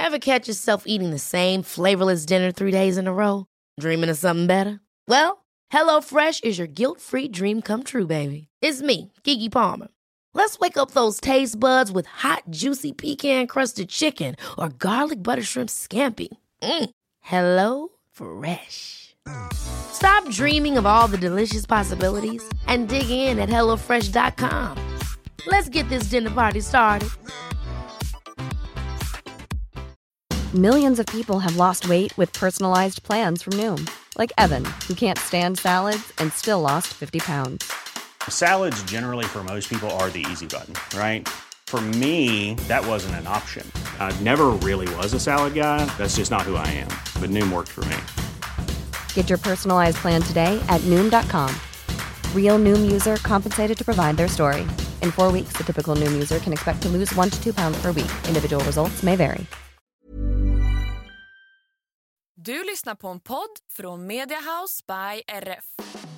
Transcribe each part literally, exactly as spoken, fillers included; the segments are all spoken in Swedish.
Ever catch yourself eating the same flavorless dinner three days in a row? Dreaming of something better? Well, HelloFresh is your guilt-free dream come true, baby. It's me, Keke Palmer. Let's wake up those taste buds with hot, juicy pecan-crusted chicken or garlic butter shrimp scampi. Mm. Hello Fresh. Stop dreaming of all the delicious possibilities and dig in at hello fresh dot com. Let's get this dinner party started. Millions of people have lost weight with personalized plans from Noom. Like Evan, who can't stand salads and still lost fifty pounds. Salads generally for most people are the easy button, right? For me, that wasn't an option. I never really was a salad guy. That's just not who I am. But Noom worked for me. Get your personalized plan today at Noom dot com. Real Noom user compensated to provide their story. In four weeks, the typical Noom user can expect to lose one to two pounds per week. Individual results may vary. Du lyssnar på en podd från Media House by R F.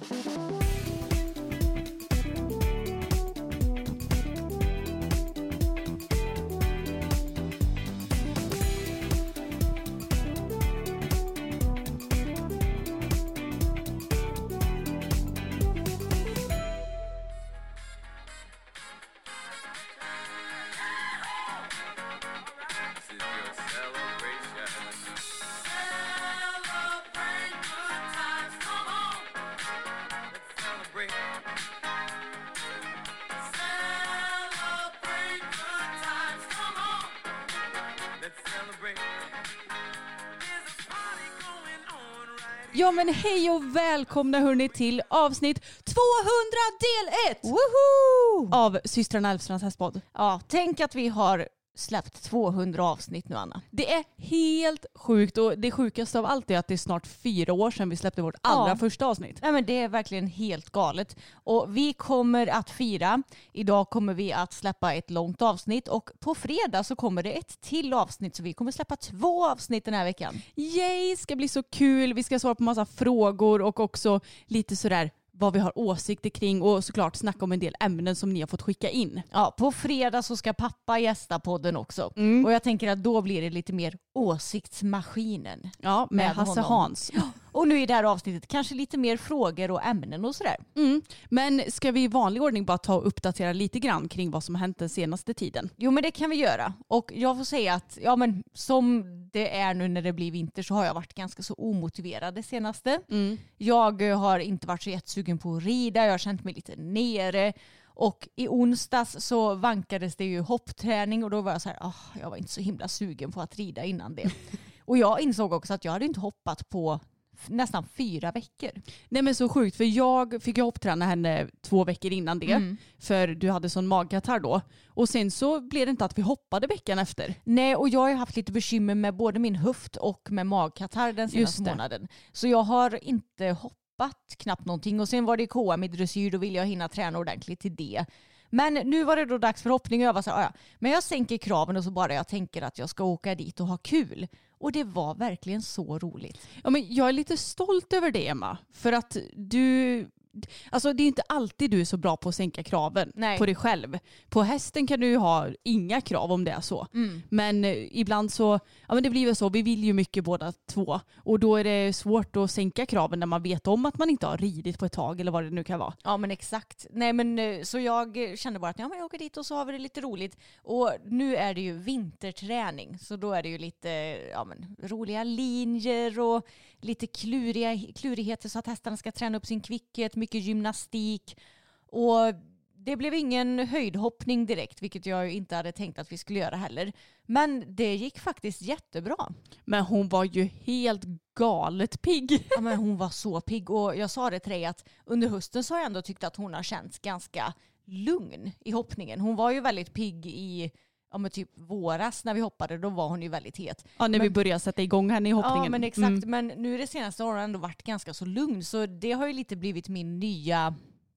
Ja men hej och välkomna hörni till avsnitt tvåhundra del ett Woho! Av Systrarna Elfstrands hästpodd. Ja, tänk att vi har släppt tvåhundra avsnitt nu, Anna. Det är helt sjukt, och det sjukaste av allt är att det är snart fyra år sedan vi släppte vårt allra ja. första avsnitt. Nej, men det är verkligen helt galet. Och vi kommer att fira. Idag kommer vi att släppa ett långt avsnitt och på fredag så kommer det ett till avsnitt, så vi kommer släppa två avsnitt den här veckan. Yay, ska bli så kul. Vi ska svara på massa frågor och också lite sådär vad vi har åsikter kring, och såklart snacka om en del ämnen som ni har fått skicka in. Ja, på fredag så ska pappa gästa podden också. Mm. Och jag tänker att då blir det lite mer åsiktsmaskinen. Ja, med, med Hasse honom. Hans. Och nu i det här avsnittet kanske lite mer frågor och ämnen och sådär. Mm. Men ska vi i vanlig ordning bara ta och uppdatera lite grann kring vad som har hänt den senaste tiden? Jo, men det kan vi göra. Och jag får säga att ja, men som det är nu när det blir vinter så har jag varit ganska så omotiverad det senaste. Mm. Jag har inte varit så jättesugen på att rida. Jag har känt mig lite nere. Och i onsdags så vankades det ju hoppträning och då var jag så här, oh, jag var inte så himla sugen på att rida innan det. Och jag insåg också att jag hade inte hoppat på nästan fyra veckor. Nej men så sjukt, för jag fick ju hoppträna henne två veckor innan det. Mm. För du hade sån magkatarr då. Och sen så blev det inte att vi hoppade veckan efter. Nej, och jag har ju haft lite bekymmer med både min höft och med magkatarr den senaste månaden. Så jag har inte hoppat knappt någonting. Och sen var det K M i dressyr, då ville jag hinna träna ordentligt till det. Men nu var det då dags för hoppning och jag var så här, ja, men jag sänker kraven och så bara jag tänker att jag ska åka dit och ha kul. Och det var verkligen så roligt. Ja, men jag är lite stolt över det, Emma. För att du... Alltså det är inte alltid du är så bra på att sänka kraven. Nej. På dig själv. På hästen kan du ju ha inga krav om det är så. Mm. Men eh, ibland så, ja men det blir väl så, vi vill ju mycket båda två. Och då är det svårt att sänka kraven när man vet om att man inte har ridit på ett tag eller vad det nu kan vara. Ja men exakt. Nej men så jag kände bara att ja, men jag åker dit och så har vi det lite roligt. Och nu är det ju vinterträning. Så då är det ju lite ja, men, roliga linjer och lite kluriga, klurigheter så att hästarna ska träna upp sin kvickhet. Mycket gymnastik och det blev ingen höjdhoppning direkt, vilket jag inte hade tänkt att vi skulle göra heller. Men det gick faktiskt jättebra. Men hon var ju helt galet pigg. Ja, men hon var så pigg och jag sa det till dig att under hösten så har jag ändå tyckt att hon har känts ganska lugn i hoppningen. Hon var ju väldigt pigg i ja, men typ våras när vi hoppade, då var hon ju väldigt het. Ja, när men, vi började sätta igång henne i hoppningen. Ja, men exakt. Mm. Men nu det senaste har hon ändå varit ganska så lugn. Så det har ju lite blivit min nya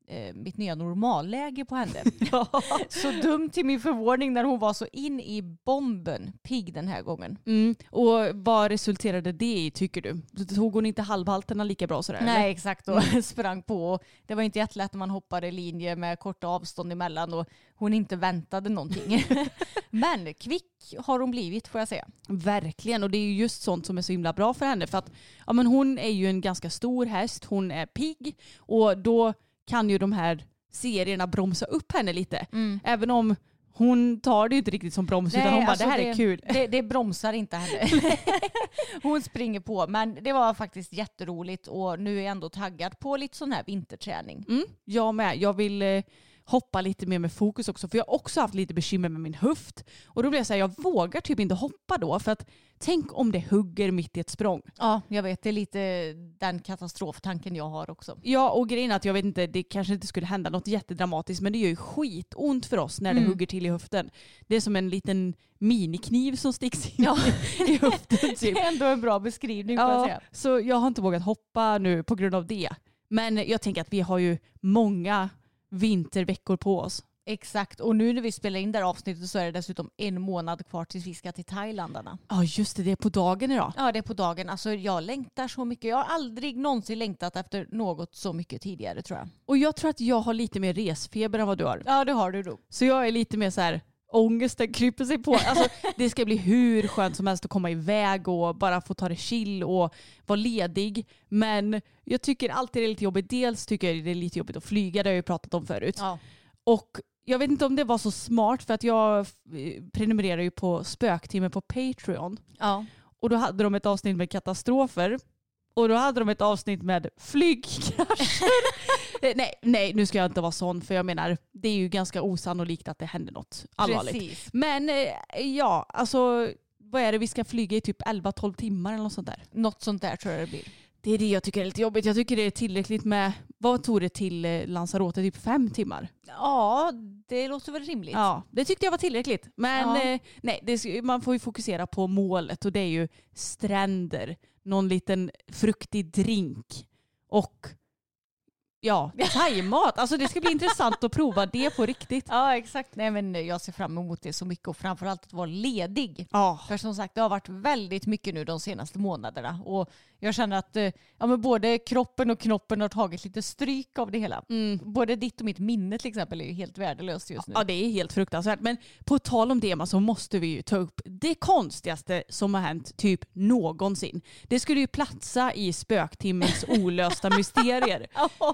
eh, mitt nya normalläge på henne. Så dumt till min förvåning när hon var så in i bomben pigg den här gången. Mm. Och vad resulterade det i tycker du? Tog hon inte halvhalterna lika bra sådär? Nej, eller? exakt. Och mm. sprang på. Det var inte jättelätt när man hoppade linje med korta avstånd emellan och hon inte väntade någonting. Men kvick har hon blivit, får jag säga. Verkligen, och det är ju just sånt som är så himla bra för henne. För att ja, men hon är ju en ganska stor häst, hon är pigg och då kan ju de här serierna bromsa upp henne lite. Mm. Även om hon tar det ju inte riktigt som broms. Nej, utan hon bara, alltså det här det, är kul. Det, det bromsar inte henne. Hon springer på. Men det var faktiskt jätteroligt och nu är jag ändå taggad på lite sån här vinterträning. Mm, jag med. Jag vill eh, hoppa lite mer med fokus också. För jag har också haft lite bekymmer med min höft. Och då blir jag så här, jag vågar typ inte hoppa då. För att tänk om det hugger mitt i ett språng. Ja, jag vet. Det är lite den katastroftanken jag har också. Ja, och grejen är att jag vet inte, det kanske inte skulle hända något jättedramatiskt. Men det gör ju skitont för oss när det mm. hugger till i höften. Det är som en liten minikniv som sticks in ja. i höften. Typ. Det är ändå en bra beskrivning. Ja, att säga. Så jag har inte vågat hoppa nu på grund av det. Men jag tänker att vi har ju många vinterveckor på oss. Exakt, och nu när vi spelar in det här avsnittet så är det dessutom en månad kvar tills vi ska till Thailandarna. Ja just det, det är på dagen idag. Ja det är på dagen, alltså jag längtar så mycket. Jag har aldrig någonsin längtat efter något så mycket tidigare tror jag. Och jag tror att jag har lite mer resfeber än vad du har. Ja det har du då. Så jag är lite mer så här, ångesten kryper sig på. Alltså det ska bli hur skönt som helst att komma iväg och bara få ta det chill och vara ledig. Men jag tycker alltid det är lite jobbigt. Dels tycker jag det är lite jobbigt att flyga, det har jag ju pratat om förut. Ja. Och jag vet inte om det var så smart för att jag prenumererar ju på spöktimmen på Patreon. Ja. Och då hade de ett avsnitt med katastrofer. Och då hade de ett avsnitt med flygkrascher. nej, nej, nu ska jag inte vara sån för jag menar, det är ju ganska osannolikt att det händer något allvarligt. Precis. Men ja, alltså vad är det, vi ska flyga i typ elva tolv timmar eller något sånt där. Något sånt där tror jag det blir. Det är det jag tycker är lite jobbigt. Jag tycker det är tillräckligt med, vad tog det till Lanzarote? Typ fem timmar? Ja, det låter väl rimligt. Ja, det tyckte jag var tillräckligt. Men ja. eh, nej, det, man får ju fokusera på målet och det är ju stränder, någon liten fruktig drink och ja, thaimat. Alltså det ska bli intressant att prova det på riktigt. Ja, exakt. Nej, men jag ser fram emot det så mycket och framförallt att vara ledig. Ja. För som sagt, det har varit väldigt mycket nu de senaste månaderna och jag känner att ja, men både kroppen och knoppen har tagit lite stryk av det hela. Mm. Både ditt och mitt minne till exempel är ju helt värdelöst just nu. Ja, det är helt fruktansvärt. Men på tal om det så måste vi ju ta upp det konstigaste som har hänt typ någonsin. Det skulle ju platsa i spöktimmens olösta mysterier.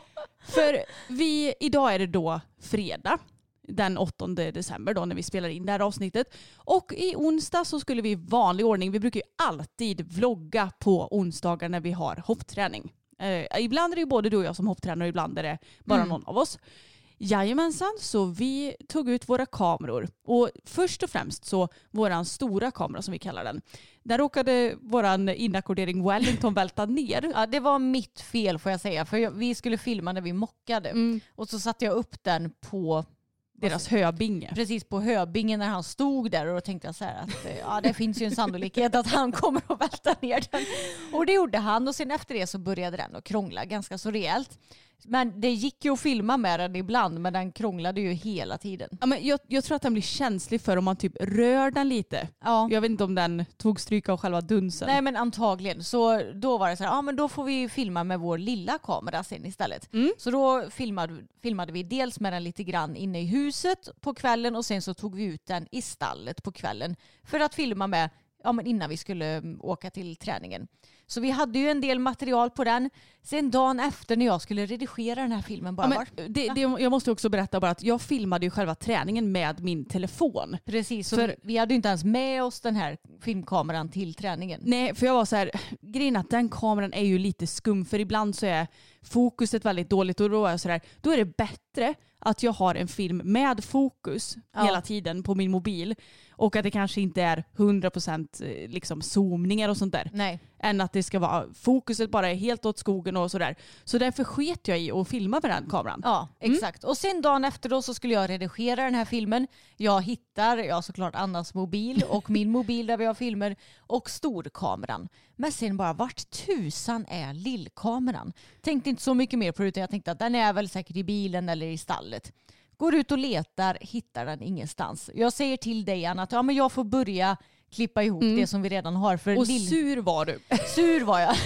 För vi, idag är det då fredag den åttonde december då när vi spelar in det här avsnittet. Och i onsdag så skulle vi i vanlig ordning, vi brukar ju alltid vlogga på onsdagar när vi har hoppträning. Eh, ibland är det ju både du och jag som hopptränar och ibland är det bara mm. någon av oss. Jajamensan, så vi tog ut våra kameror. Och först och främst så våran stora kamera som vi kallar den. Där råkade våran inackordering Wellington välta ner. Ja, det var mitt fel får jag säga. För jag, vi skulle filma när vi mockade. Mm. Och så satte jag upp den på deras höbinge. Precis på höbingen när han stod där och då tänkte jag så här att ja, det finns ju en sannolikhet att han kommer att välta ner den. Och det gjorde han och sen efter det så började den att krångla ganska så rejält. Men det gick ju att filma med den ibland men den krånglade ju hela tiden. Ja, men jag, jag tror att den blir känslig för om man typ rör den lite. Ja. Jag vet inte om den tog stryk av själva dunsen. Nej men antagligen. Så då var det så här, ja men då får vi filma med vår lilla kamera sen istället. Mm. Så då filmade, filmade vi dels med den lite grann inne i huset på kvällen och sen så tog vi ut den i stallet på kvällen. För att filma med ja, men innan vi skulle åka till träningen. Så vi hade ju en del material på den. Sen dagen efter när jag skulle redigera den här filmen bara ja, men det, det, jag måste också berätta bara att jag filmade ju själva träningen med min telefon. Precis, så för, vi hade ju inte ens med oss den här filmkameran till träningen. Nej, för jag var så här, grejen att den kameran är ju lite skum för ibland så är fokuset väldigt dåligt och då är jag så där, då är det bättre att jag har en film med fokus ja. hela tiden på min mobil och att det kanske inte är hundra procent liksom zoomningar och sånt där. Nej. Än att det ska vara fokuset bara är helt åt skogen och sådär. Så därför sket jag i att filma med den kameran. Ja, exakt. Mm. Och sen dagen efter då så skulle jag redigera den här filmen. Jag hittar, ja såklart Annas mobil och min mobil där vi har filmer och storkameran. Men sen bara, vart tusan är lillkameran? Tänkte inte så mycket mer på det, utan jag tänkte att den är väl säkert i bilen eller i stallet. Går ut och letar, hittar den ingenstans. Jag säger till dig, Anna, att ja, men jag får börja klippa ihop mm. det som vi redan har. För och lill... sur var du. Sur var jag.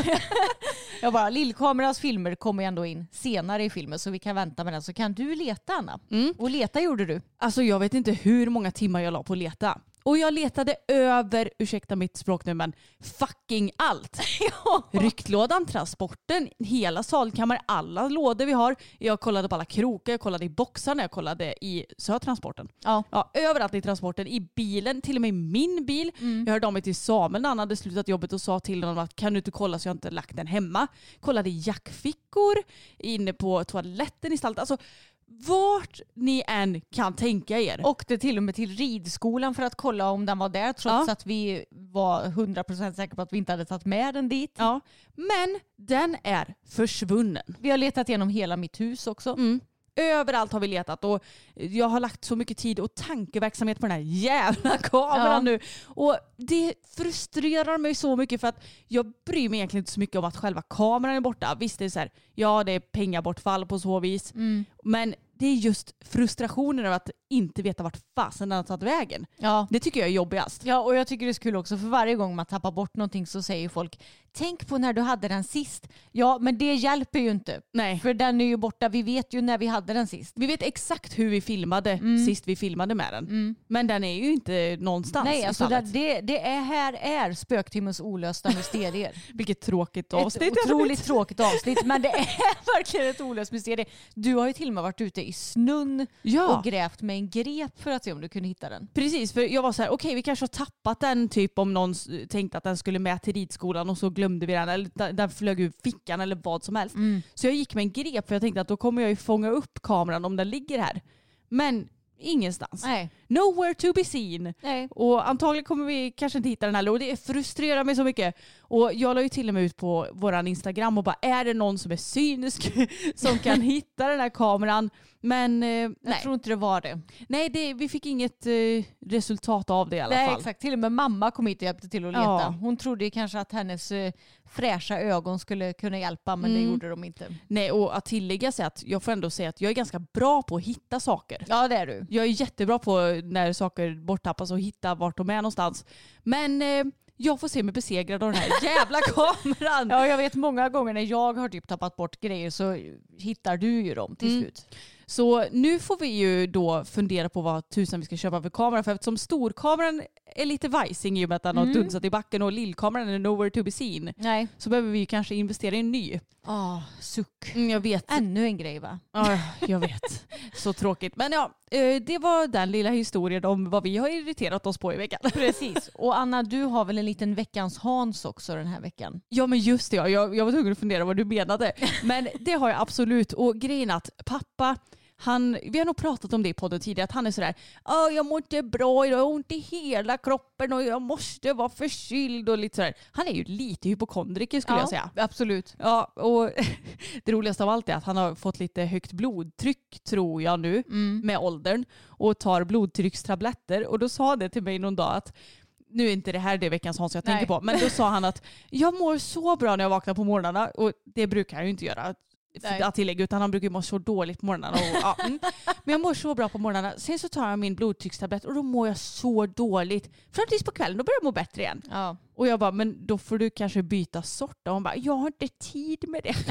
Jag bara, lillkamerans filmer kommer ändå in senare i filmen, så vi kan vänta med den. Så kan du leta, Anna. Mm. Och leta gjorde du. Alltså jag vet inte hur många timmar jag la på att leta. Och jag letade över, ursäkta mitt språk nu, men fucking allt. Ja. Rycklådan, transporten, hela salkammaren, alla lådor vi har. Jag kollade på alla krokar, jag kollade i boxarna, jag kollade i sötransporten. Ja. Ja, överallt i transporten, i bilen, till och med i min bil. Mm. Jag hörde av mig till Samuel när han hade slutat jobbet och sa till honom att kan du inte kolla så jag inte lagt den hemma. Kollade i jackfickor, inne på toaletten i stallet. Alltså vart ni än kan tänka er. Åkte till och med till ridskolan för att kolla om den var där, trots ja. att vi var hundra procent säkra på att vi inte hade tagit med den dit. Ja. Men den är försvunnen. Vi har letat igenom hela mitt hus också. Mm. Överallt har vi letat och jag har lagt så mycket tid och tankeverksamhet på den här jävla kameran ja. nu. Och det frustrerar mig så mycket för att jag bryr mig egentligen inte så mycket om att själva kameran är borta. Visst är det så här, ja det är pengabortfall på så vis. Mm. Men det är just frustrationen över att inte veta vart fasen den har tagit vägen. Ja. Det tycker jag är jobbigast. Ja, och jag tycker det är så kul också, för varje gång man tappar bort någonting så säger folk, tänk på när du hade den sist. Ja, men det hjälper ju inte. Nej. För den är ju borta. Vi vet ju när vi hade den sist. Vi vet exakt hur vi filmade mm. sist vi filmade med den. Mm. Men den är ju inte någonstans. Nej, alltså det, det, det är här är Spöktimmens olösta mysterier. Vilket tråkigt avsnitt. Ett otroligt tråkigt avsnitt, men det är verkligen ett olöst mysterium. Du har ju till och med varit ute i snön ja. och grävt med en grep för att se om du kunde hitta den. Precis, för jag var så här, okej okay, vi kanske har tappat den, typ om någon tänkte att den skulle med till ridskolan och så glömde vi den, eller den flög ur fickan eller vad som helst. Mm. Så jag gick med en grep för jag tänkte att då kommer jag ju fånga upp kameran om den ligger här. Men ingenstans. Nej. Nowhere to be seen. Nej. Och antagligen kommer vi kanske inte hitta den här. Och det frustrerar mig så mycket. Och jag la ju till och med ut på våran Instagram och bara, är det någon som är cynisk som kan hitta den här kameran? Men eh, jag nej. tror inte det var det. Nej, det, vi fick inget eh, resultat av det i alla nej, fall. Nej, exakt. Till och med mamma kom hit och hjälpte till att leta. Ja. Hon trodde kanske att hennes eh, fräscha ögon skulle kunna hjälpa, men mm. det gjorde de inte. Nej, och att tillägga sig att jag får ändå säga att jag är ganska bra på att hitta saker. Ja, det är du. Jag är jättebra på när saker borttappas och hitta vart de är någonstans. Men eh, jag får se mig besegrad av den här jävla kameran. Ja, jag vet många gånger när jag har typ tappat bort grejer så hittar du ju dem till mm. slut. Så nu får vi ju då fundera på vad tusen vi ska köpa för kamera. För eftersom storkameran är lite vajsing i och med att den mm. har dunsat i backen och lillkameran är nowhere to be seen. Nej. Så behöver vi ju kanske investera i en ny. Ah, suck. Mm, jag vet. Ännu en grej va? Ja, jag vet. Så tråkigt. Men ja, det var den lilla historien om vad vi har irriterat oss på i veckan. Precis. Och Anna, du har väl en liten veckans Hans också den här veckan? Ja, men just det. Jag, jag var tvungen att fundera vad du menade. Men det har jag absolut. Och grejen att pappa, han, vi har nog pratat om det i podden tidigare, att han är sådär, oh, jag mår inte bra, jag har ont i hela kroppen och jag måste vara förkyld och lite sådär. Han är ju lite hypokondriker skulle ja, jag säga. Absolut. Ja, och det roligaste av allt är att han har fått lite högt blodtryck tror jag nu mm. med åldern och tar blodtryckstabletter. Och då sa det till mig någon dag att nu är inte det här det veckans Hans jag Nej. tänker på, men då sa han att jag mår så bra när jag vaknar på morgnarna och det brukar jag ju inte göra. Att tillägga, utan han brukar må så dåligt på morgnarna. Och, ja, mm. Men jag mår så bra på morgnarna. Sen så tar jag min blodtryckstablett och då mår jag så dåligt. Fram tills på kvällen, då börjar jag må bättre igen. Ja. Och jag bara, men då får du kanske byta sort. Och hon bara, jag har inte tid med det.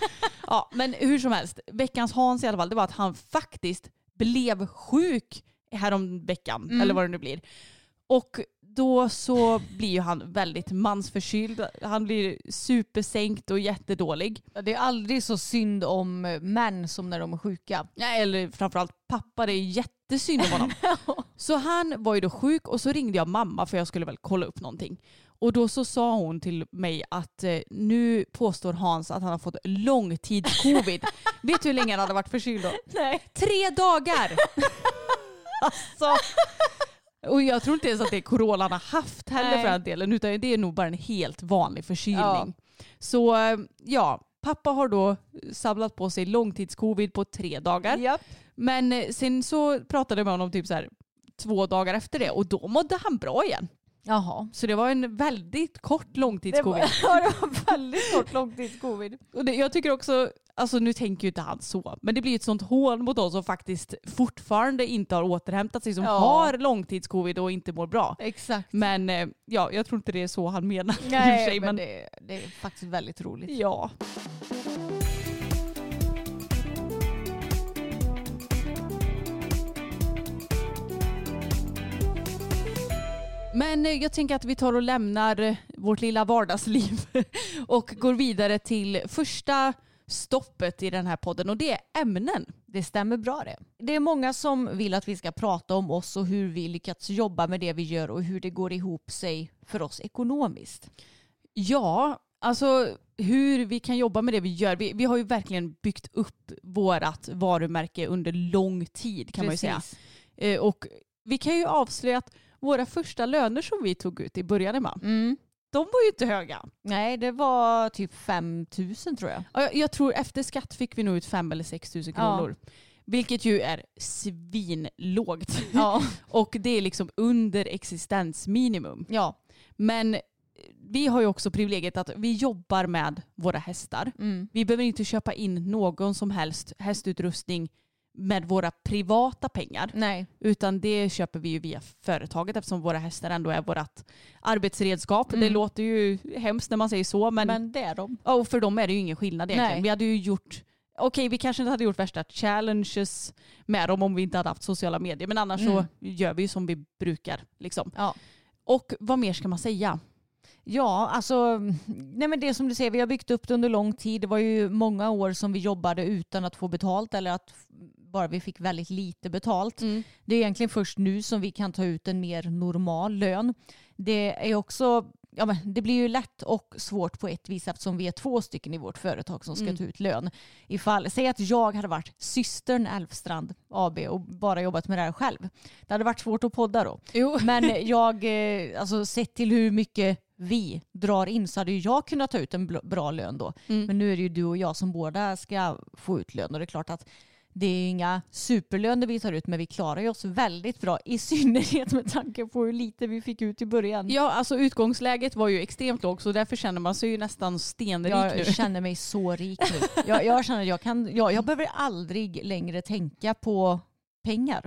Ja, men hur som helst. Veckans Hans i alla fall, det var att han faktiskt blev sjuk härom veckan. Mm. Eller vad det nu blir. Och då så blir ju han väldigt mansförkyld. Han blir supersänkt och jättedålig. Det är aldrig så synd om män som när de är sjuka. Ja, eller framförallt pappa, det är jättesynd om honom. Så han var ju då sjuk och så ringde jag mamma för jag skulle väl kolla upp någonting. Och då så sa hon till mig att eh, nu påstår Hans att han har fått långtidscovid. Vet du hur länge han hade varit förkyld då? Nej. Tre dagar! Alltså... Och jag tror inte ens att det är corona han har haft heller Nej. för den delen, utan det är nog bara en helt vanlig förkylning. Ja. Så ja, pappa har då samlat på sig långtidscovid på tre dagar. Yep. Men sen så pratade jag med honom typ så här två dagar efter det och då mådde han bra igen. Jaha. Så det var en väldigt kort långtidscovid. Det var, ja, det var väldigt kort långtidscovid. Och det, jag tycker också, alltså nu tänker ju inte han så, men det blir ett sånt hån mot oss som faktiskt fortfarande inte har återhämtat sig, som ja. har långtidscovid och inte mår bra. Exakt. Men ja, jag tror inte det är så han menar. Nej, sig, men, men det, det är faktiskt väldigt roligt. Ja. Men jag tänker att vi tar och lämnar vårt lilla vardagsliv och går vidare till första stoppet i den här podden, och det är ämnen. Det stämmer bra det. Det är många som vill att vi ska prata om oss och hur vi lyckats jobba med det vi gör och hur det går ihop sig för oss ekonomiskt. Ja, alltså hur vi kan jobba med det vi gör. Vi, vi har ju verkligen byggt upp vårat varumärke under lång tid, kan Precis. man ju säga. Eh, och vi kan ju avslöja att våra första löner som vi tog ut i början med, mm. de var ju inte höga. Nej, det var typ fem tusen tror jag. Ja, jag, jag tror efter skatt fick vi nog ut fem eller sex tusen kronor. Ja. Vilket ju är svinlågt. Ja. Och det är liksom under existensminimum. Ja. Men vi har ju också privilegiet att vi jobbar med våra hästar. Mm. Vi behöver inte köpa in någon som helst hästutrustning med våra privata pengar. Nej. Utan det köper vi ju via företaget, eftersom våra hästar ändå är vårt arbetsredskap. Mm. Det låter ju hemskt när man säger så. Men, men det är de. Och för dem är det ju ingen skillnad egentligen. Nej. Vi hade ju gjort, okej okay, vi kanske inte hade gjort värsta challenges med dem om vi inte hade haft sociala medier. Men annars mm. så gör vi ju som vi brukar. Liksom. Ja. Och vad mer ska man säga? Ja, alltså nej men det som du säger, vi har byggt upp det under lång tid. Det var ju många år som vi jobbade utan att få betalt, eller att bara vi fick väldigt lite betalt. Mm. Det är egentligen först nu som vi kan ta ut en mer normal lön. Det är också, ja men det blir ju lätt och svårt på ett vis eftersom vi är två stycken i vårt företag som ska mm. ta ut lön. Ifall, säg att jag hade varit systern Elfstrand A B och bara jobbat med det här själv. Det hade varit svårt att podda då. Jo. Men jag, alltså sett till hur mycket vi drar in så hade ju jag kunnat ta ut en bra lön då. Mm. Men nu är det ju du och jag som båda ska få ut lön, och det är klart att det är inga superlöner vi tar ut, men vi klarar ju oss väldigt bra, i synnerhet med tanke på hur lite vi fick ut i början. Ja, alltså utgångsläget var ju extremt lågt, så därför känner man sig ju nästan stenrik jag nu. Jag känner mig så rik nu. Jag, jag känner att jag kan, jag, jag behöver aldrig längre tänka på pengar.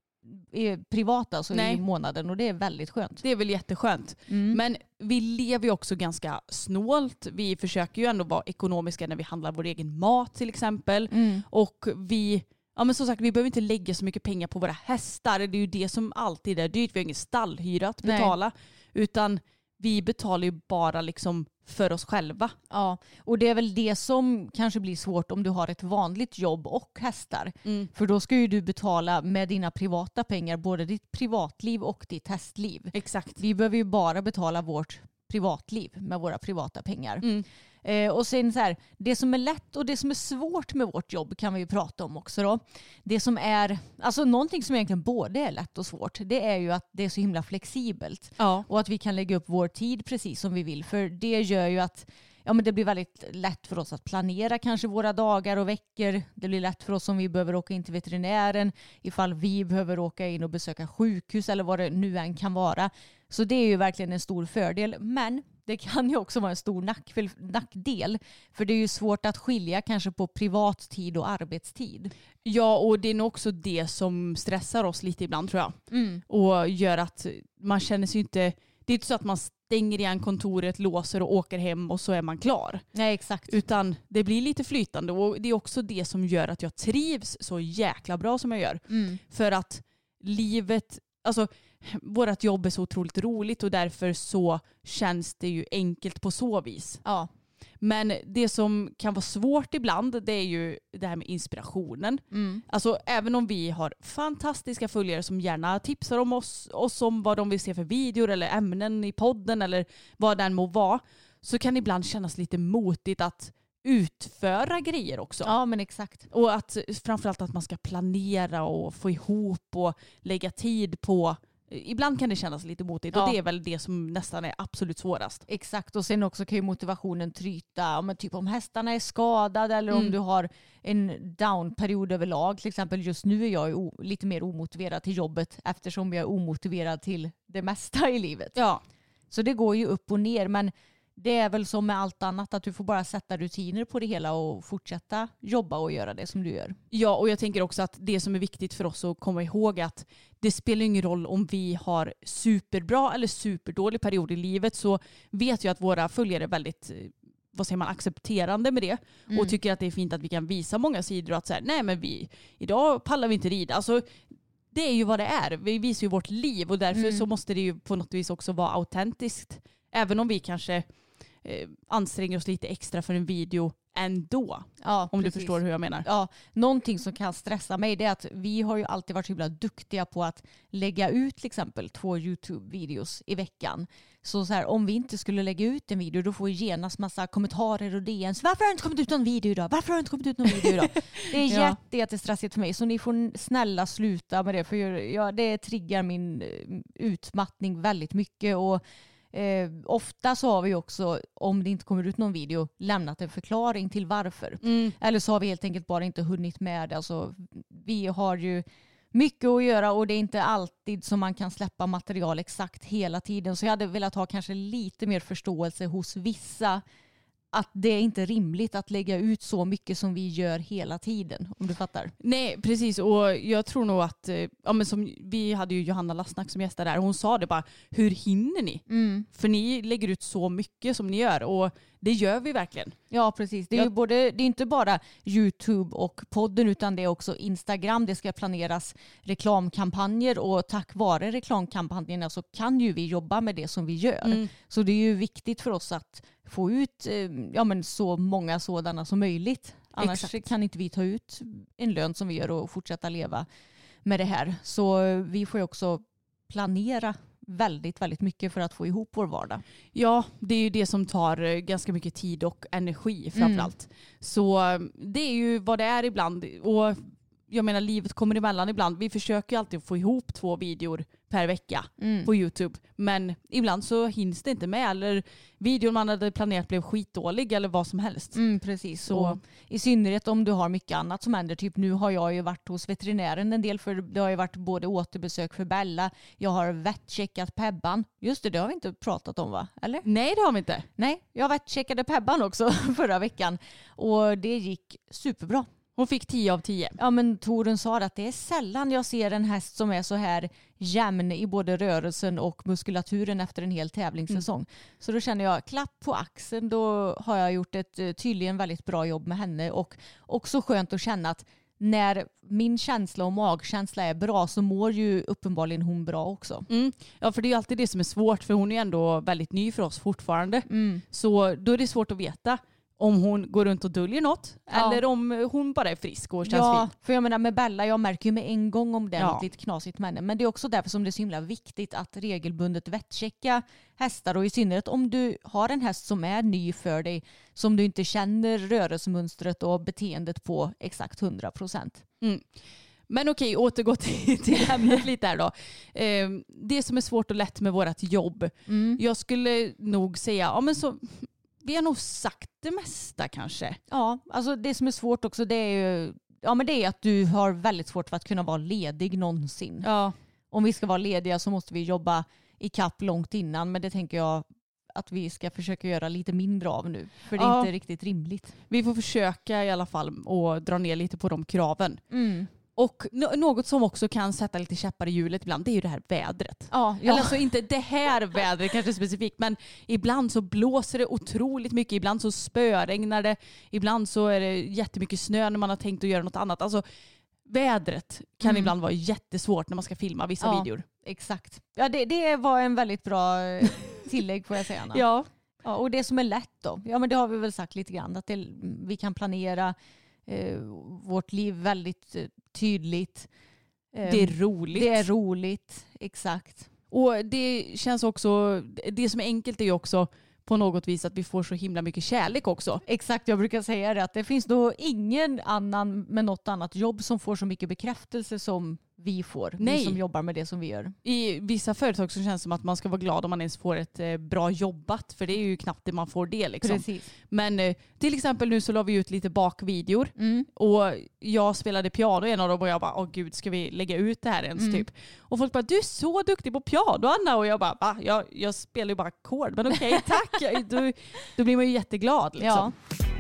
Privat alltså i månaden, och det är väldigt skönt. Det är väl jätteskönt. Mm. Men vi lever ju också ganska snålt. Vi försöker ju ändå vara ekonomiska när vi handlar vår egen mat till exempel. Mm. Och vi, ja men som sagt, vi behöver inte lägga så mycket pengar på våra hästar. Det är ju det som alltid är dyrt. Vi har ingen stallhyra att betala. Nej. Utan vi betalar ju bara liksom för oss själva. Ja, och det är väl det som kanske blir svårt om du har ett vanligt jobb och hästar. Mm. För då ska ju du betala med dina privata pengar både ditt privatliv och ditt hästliv. Exakt. Vi behöver ju bara betala vårt privatliv med våra privata pengar. Mm. Eh, och sen så här, det som är lätt och det som är svårt med vårt jobb kan vi ju prata om också då. Det som är, alltså någonting som egentligen både är lätt och svårt, det är ju att det är så himla flexibelt. Ja. Och att vi kan lägga upp vår tid precis som vi vill. För det gör ju att ja, men det blir väldigt lätt för oss att planera kanske våra dagar och veckor. Det blir lätt för oss om vi behöver åka in till veterinären, ifall vi behöver åka in och besöka sjukhus eller vad det nu än kan vara. Så det är ju verkligen en stor fördel. Men det kan ju också vara en stor nack, nackdel. För det är ju svårt att skilja kanske på privattid och arbetstid. Ja, och det är nog också det som stressar oss lite ibland tror jag. Mm. Och gör att man känner sig inte... Det är inte så att man stänger igen kontoret, låser och åker hem och så är man klar. Nej, exakt. Utan det blir lite flytande, och det är också det som gör att jag trivs så jäkla bra som jag gör. Mm. För att livet, alltså vårt jobb är så otroligt roligt och därför så känns det ju enkelt på så vis. Ja. Men det som kan vara svårt ibland, det är ju det här med inspirationen. Mm. Alltså även om vi har fantastiska följare som gärna tipsar om oss, oss om vad de vill se för videor eller ämnen i podden eller vad den må vara, så kan det ibland kännas lite motigt att utföra grejer också. Ja, men exakt. Och att framförallt att man ska planera och få ihop och lägga tid på. Ibland kan det kännas lite motigt, ja. Och det är väl det som nästan är absolut svårast. Exakt, och sen också kan ju motivationen tryta om, typ om hästarna är skadade eller mm. om du har en downperiod överlag. Till exempel just nu är jag o- lite mer omotiverad till jobbet eftersom jag är omotiverad till det mesta i livet. Ja. Så det går ju upp och ner, men det är väl som med allt annat att du får bara sätta rutiner på det hela och fortsätta jobba och göra det som du gör. Ja, och jag tänker också att det som är viktigt för oss att komma ihåg att det spelar ingen roll om vi har superbra eller superdålig period i livet, så vet jag att våra följare är väldigt, vad säger man, accepterande med det mm. och tycker att det är fint att vi kan visa många sidor och att säga nej men vi, idag pallar vi inte rida. Alltså det är ju vad det är. Vi visar ju vårt liv och därför mm. så måste det ju på något vis också vara autentiskt. Även om vi kanske eh, anstränger oss lite extra för en video ändå. Ja, om precis. Du förstår hur jag menar. Ja, någonting som kan stressa mig det är att vi har ju alltid varit så himla duktiga på att lägga ut till exempel två YouTube-videos i veckan. Så, så här, om vi inte skulle lägga ut en video då får vi genast massa kommentarer och D Ms. Varför har det inte kommit ut någon video idag? Varför har det inte kommit ut någon video idag? Det är ja. jätte, jättestressigt för mig. Så ni får snälla sluta med det. För ja, det triggar min utmattning väldigt mycket. Och Eh, ofta så har vi också, om det inte kommer ut någon video, lämnat en förklaring till varför. Mm. Eller så har vi helt enkelt bara inte hunnit med det. Alltså, vi har ju mycket att göra och det är inte alltid som man kan släppa material exakt hela tiden. Så jag hade velat ha kanske lite mer förståelse hos vissa att det är inte rimligt att lägga ut så mycket som vi gör hela tiden, om du fattar. Nej, precis. Och jag tror nog att, ja, men som, vi hade ju Johanna Lassnack som gästade där. Hon sa det bara, hur hinner ni? Mm. För ni lägger ut så mycket som ni gör och det gör vi verkligen. Ja, precis. Det är, ja. ju både, det är inte bara YouTube och podden utan det är också Instagram. Det ska planeras reklamkampanjer och tack vare reklamkampanjerna så kan ju vi jobba med det som vi gör. Mm. Så det är ju viktigt för oss att få ut ja, men så många sådana som möjligt. Annars Exakt. kan inte vi ta ut en lön som vi gör och fortsätta leva med det här. Så vi får ju också planera väldigt, väldigt mycket för att få ihop vår vardag. Ja, det är ju det som tar ganska mycket tid och energi framförallt. Mm. Så det är ju vad det är ibland. Och jag menar, livet kommer emellan ibland. Vi försöker ju alltid få ihop två videor per vecka mm. på YouTube. Men ibland så hinns det inte med. Eller videon man hade planerat blev skitdålig eller vad som helst. Mm, precis. Så. Och i synnerhet om du har mycket annat som händer. Typ nu har jag ju varit hos veterinären en del. För det har ju varit både återbesök för Bella. Jag har vettcheckat Pebban. Just det, det har vi inte pratat om va? Eller? Nej, det har vi inte. Nej, jag vettcheckade Pebban också förra veckan. Och det gick superbra. Hon fick tio av tio. Ja, men Torun sa att det är sällan jag ser en häst som är så här jämn i både rörelsen och muskulaturen efter en hel tävlingssäsong. Mm. Så då känner jag klapp på axeln. Då har jag gjort ett tydligen väldigt bra jobb med henne. Och också skönt att känna att när min känsla och magkänsla är bra så mår ju uppenbarligen hon bra också. Mm. Ja, för det är ju alltid det som är svårt. För hon är ändå väldigt ny för oss fortfarande. Mm. Så då är det svårt att veta om hon går runt och döljer något ja. eller om hon bara är frisk och känns ja, fin. För jag menar med Bella, jag märker ju med en gång om det är ja. något lite knasigt med henne. Men det är också därför som det är så himla viktigt att regelbundet vettchecka hästar. Och i synnerhet om du har en häst som är ny för dig, som du inte känner rörelsemönstret och beteendet på exakt hundra procent. Mm. Men okej, återgå till, till ämnet lite här då. Eh, det som är svårt och lätt med vårt jobb. Mm. Jag skulle nog säga, ja men så... Vi har nog sagt det mesta kanske. Ja, alltså det som är svårt också det är ju ja, men det är att du har väldigt svårt för att kunna vara ledig någonsin. Ja. Om vi ska vara lediga så måste vi jobba i kapp långt innan, men det tänker jag att vi ska försöka göra lite mindre av nu. För det är ja. inte riktigt rimligt. Vi får försöka i alla fall och dra ner lite på de kraven. Mm. Och något som också kan sätta lite käppar i hjulet ibland, det är ju det här vädret. Ja, ja. Eller alltså inte det här vädret kanske specifikt, men ibland så blåser det otroligt mycket, ibland så spöregnar det, ibland så är det jättemycket snö när man har tänkt att göra något annat. Alltså vädret kan mm. ibland vara jättesvårt när man ska filma vissa ja, videor. Exakt. Ja, det, det var en väldigt bra tillägg får jag säga. ja. ja. Och det som är lätt då, ja men det har vi väl sagt lite grann, att det, vi kan planera eh, vårt liv väldigt eh, tydligt. Det är roligt. Det är roligt, exakt. Och det känns också, det som är enkelt är ju också på något vis att vi får så himla mycket kärlek också. Exakt, jag brukar säga det, att det finns då ingen annan med något annat jobb som får så mycket bekräftelse som vi får. Nej. Vi som jobbar med det som vi gör. I vissa företag så känns det som att man ska vara glad om man ens får ett eh, bra jobbat. För det är ju knappt det man får det. Liksom. Precis. Men eh, till exempel nu så la vi ut lite bakvideor. Mm. Och jag spelade piano en av dem och jag bara, åh gud, ska vi lägga ut det här ens Mm. typ? Och folk bara, du är så duktig på piano, Anna. Och jag bara, va? Jag, jag spelar ju bara ackord. Men okej, tack. då, då blir man ju jätteglad liksom. Ja.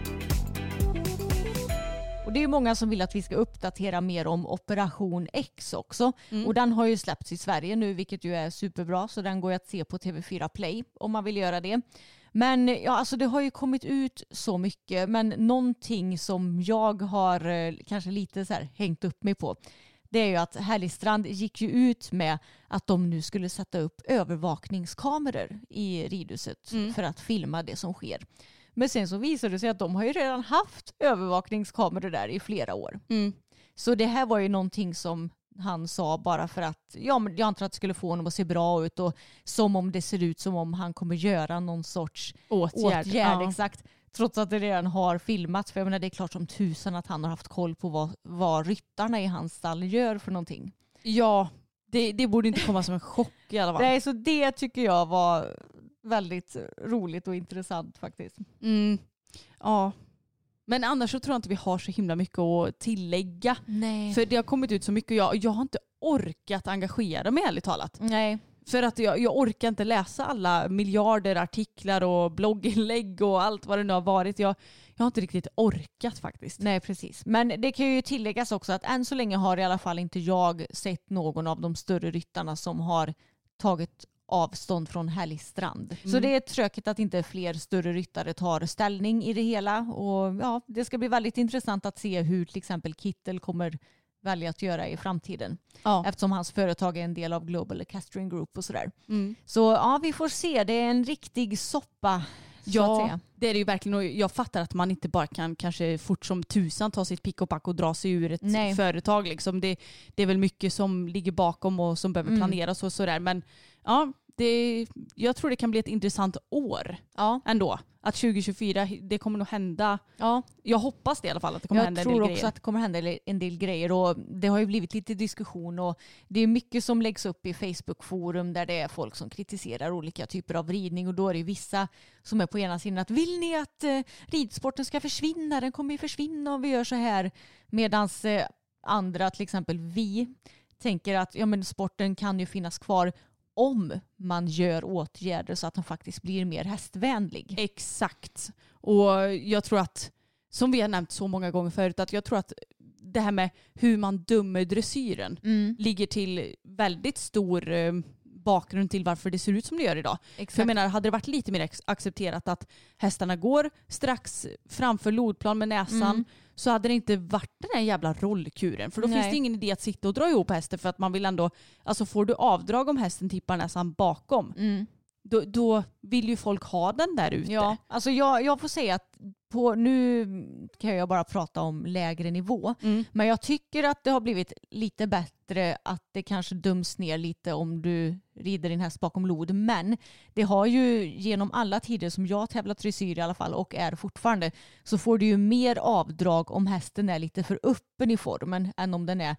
Och det är ju många som vill att vi ska uppdatera mer om Operation X också. Mm. Och den har ju släppts i Sverige nu, vilket ju är superbra. Så den går ju att se på T V fyra Play om man vill göra det. Men ja, alltså det har ju kommit ut så mycket. Men någonting som jag har eh, kanske lite så här hängt upp mig på. Det är ju att Härligstrand gick ju ut med att de nu skulle sätta upp övervakningskameror i ridhuset mm. för att filma det som sker. Men sen så visade det sig att de har ju redan haft övervakningskameror där i flera år. Mm. Så det här var ju någonting som han sa bara för att, ja, men jag antar att det skulle få honom att se bra ut och som om det ser ut som om han kommer göra någon sorts åtgärd. åtgärd ja. Exakt. Trots att det redan har filmats. För jag menar, det är klart som tusan att han har haft koll på vad, vad ryttarna i hans stall gör för någonting. Ja, det, det borde inte komma som en chock i alla fall. Nej, så det tycker jag var väldigt roligt och intressant faktiskt. Mm. Ja. Men annars så tror jag inte vi har så himla mycket att tillägga. Nej. För det har kommit ut så mycket och jag, jag har inte orkat engagera mig ärligt talat. Nej. För att jag, jag orkar inte läsa alla miljarder artiklar och blogginlägg och allt vad det nu har varit. Jag, jag har inte riktigt orkat faktiskt. Nej, precis. Men det kan ju tilläggas också att än så länge har i alla fall inte jag sett någon av de större ryttarna som har tagit avstånd från Härligstrand. Mm. Så det är tråkigt att inte fler större ryttare tar ställning i det hela. Och ja, det ska bli väldigt intressant att se hur till exempel Kittel kommer välja att göra i framtiden. Ja. Eftersom hans företag är en del av Global Equestrian Group och sådär. Mm. Så ja, vi får se. Det är en riktig soppa. Ja, det är det ju verkligen. Och jag fattar att man inte bara kan kanske fort som tusan ta sitt pick och pack och dra sig ur ett Nej. företag. Liksom. Det, det är väl mycket som ligger bakom och som behöver planeras mm. och sådär. Men ja, det, jag tror det kan bli ett intressant år ja. ändå. Att tjugo tjugofyra, det kommer nog hända. Ja. Jag hoppas det i alla fall att det kommer jag hända en del grejer. Jag tror också att det kommer hända en del grejer och det har ju blivit lite diskussion och det är mycket som läggs upp i Facebook-forum där det är folk som kritiserar olika typer av ridning och då är det vissa som är på ena sidan att vill ni att eh, ridsporten ska försvinna? Den kommer ju försvinna om vi gör så här. Medan eh, andra, till exempel vi, tänker att ja, men sporten kan ju finnas kvar om man gör åtgärder så att den faktiskt blir mer hästvänlig. Exakt. Och jag tror att, som vi har nämnt så många gånger förut, att jag tror att det här med hur man dömer dressyren mm. ligger till väldigt stor eh, bakgrund till varför det ser ut som det gör idag. Exakt. För jag menar, hade det varit lite mer accepterat att hästarna går strax framför lodplan med näsan mm. så hade det inte varit den här jävla rollkuren. För då Nej. finns det ingen idé att sitta och dra ihop hästen för att man vill ändå, alltså får du avdrag om hästen tippar näsan bakom mm. då, då vill ju folk ha den där ute. Ja, alltså jag, jag får säga att på, nu kan jag bara prata om lägre nivå. Mm. Men jag tycker att det har blivit lite bättre att det kanske döms ner lite om du rider din häst bakom lod. Men det har ju genom alla tider som jag tävlat dressyr i alla fall och är fortfarande så får du ju mer avdrag om hästen är lite för öppen i formen än om den är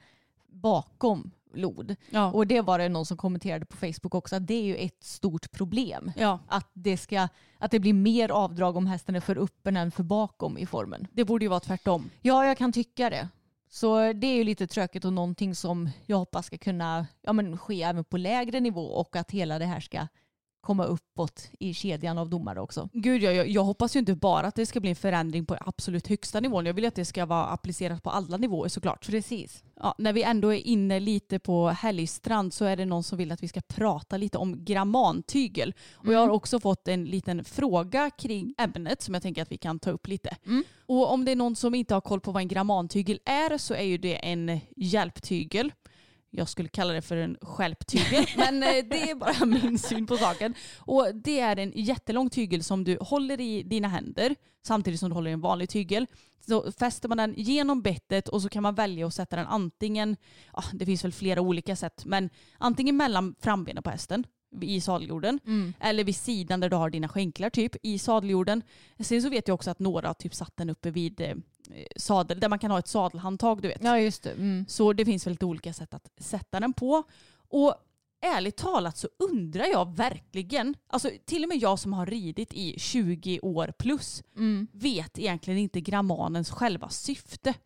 bakom lod. Ja. Och det var det någon som kommenterade på Facebook också att det är ju ett stort problem. Ja. Att, det ska, att det blir mer avdrag om hästen är för öppen än för bakom i formen. Det borde ju vara tvärtom. Ja, jag kan tycka det. Så det är ju lite tråkigt och någonting som jag hoppas ska kunna ja, men, ske även på lägre nivå och att hela det här ska komma uppåt i kedjan av domare också. Gud, jag, jag, jag hoppas ju inte bara att det ska bli en förändring på absolut högsta nivån. Jag vill att det ska vara applicerat på alla nivåer såklart. Precis. Ja, när vi ändå är inne lite på Härligstrand så är det någon som vill att vi ska prata lite om grammantygel. Och mm. jag har också fått en liten fråga kring ämnet som jag tänker att vi kan ta upp lite. Mm. Och om det är någon som inte har koll på vad en grammantygel är så är ju det en hjälptygel. Jag skulle kalla det för en skälptygel, men det är bara min syn på saken. Och det är en jättelång tygel som du håller i dina händer samtidigt som du håller i en vanlig tygel. Så fäster man den genom bettet och så kan man välja att sätta den antingen, ja, det finns väl flera olika sätt, men antingen mellan frambenen på hästen i sadeljorden mm. eller vid sidan där du har dina skänklar typ i sadeljorden. Sen så vet jag också att några har typ satt den uppe vid sadel, där man kan ha ett sadelhandtag, du vet. Ja, just det. Mm. Så det finns väldigt olika sätt att sätta den på. Och ärligt talat så undrar jag verkligen, alltså till och med jag som har ridit i tjugo år plus mm. vet egentligen inte grammanens själva syfte.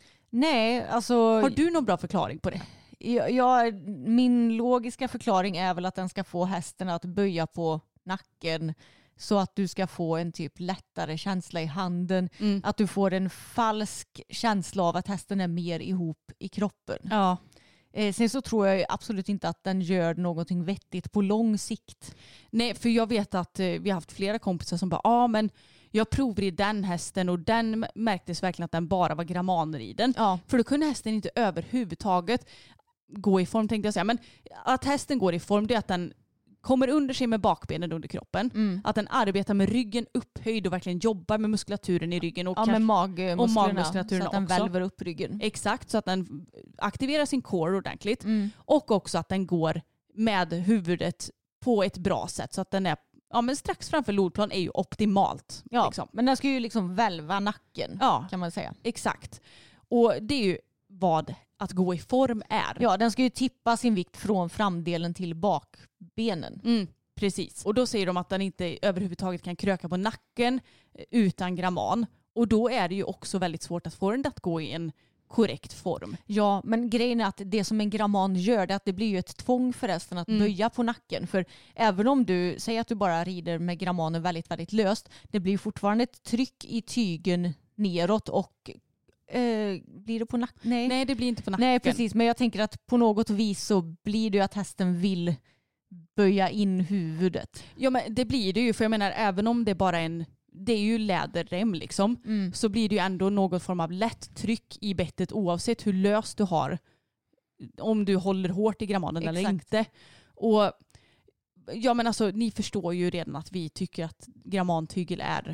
Nej, alltså... Har du någon bra förklaring på det? Ja, ja, min logiska förklaring är väl att den ska få hästen att böja på nacken så att du ska få en typ lättare känsla i handen. Mm. Att du får en falsk känsla av att hästen är mer ihop i kroppen. Ja. Eh, sen så tror jag absolut inte att den gör någonting vettigt på lång sikt. Nej, för jag vet att eh, vi har haft flera kompisar som bara, ja ah, men jag provar i den hästen och den märktes verkligen att den bara var grammaner i den. Ja. För då kunde hästen inte överhuvudtaget gå i form, tänkte jag säga. Men att hästen går i form, det är att den kommer under sig med bakbenen under kroppen. Mm. Att den arbetar med ryggen upphöjd och verkligen jobbar med muskulaturen i ryggen. Och ja, med magmuskulaturen, och magmuskulaturen så att den också välver upp ryggen. Exakt, så att den aktiverar sin core ordentligt. Mm. Och också att den går med huvudet på ett bra sätt. Så att den är ja, men strax framför lodplan är ju optimalt. Ja, liksom. Men den ska ju liksom välva nacken, ja, kan man säga. Exakt. Och det är ju vad att gå i form är. Ja, den ska ju tippa sin vikt från framdelen till bakbenen. Mm, precis. Och då säger de att den inte överhuvudtaget kan kröka på nacken utan gramman. Och då är det ju också väldigt svårt att få den att gå i en korrekt form. Ja, men grejen är att det som en gramman gör det är att det blir ju ett tvång för hästen att mm. böja på nacken. För även om du säger att du bara rider med grammanen väldigt, väldigt löst, det blir fortfarande ett tryck i tygen neråt och eh, blir det på nacken? Nej. Nej, det blir inte på nacken. Nej, precis. Men jag tänker att på något vis så blir det ju att hästen vill böja in huvudet. Ja, men det blir det ju. För jag menar, även om det bara är en det är ju läderrem liksom, mm. så blir det ju ändå någon form av lätt tryck i bettet oavsett hur löst du har, om du håller hårt i grammanen eller inte. Och ja, men alltså ni förstår ju redan att vi tycker att grammantygel är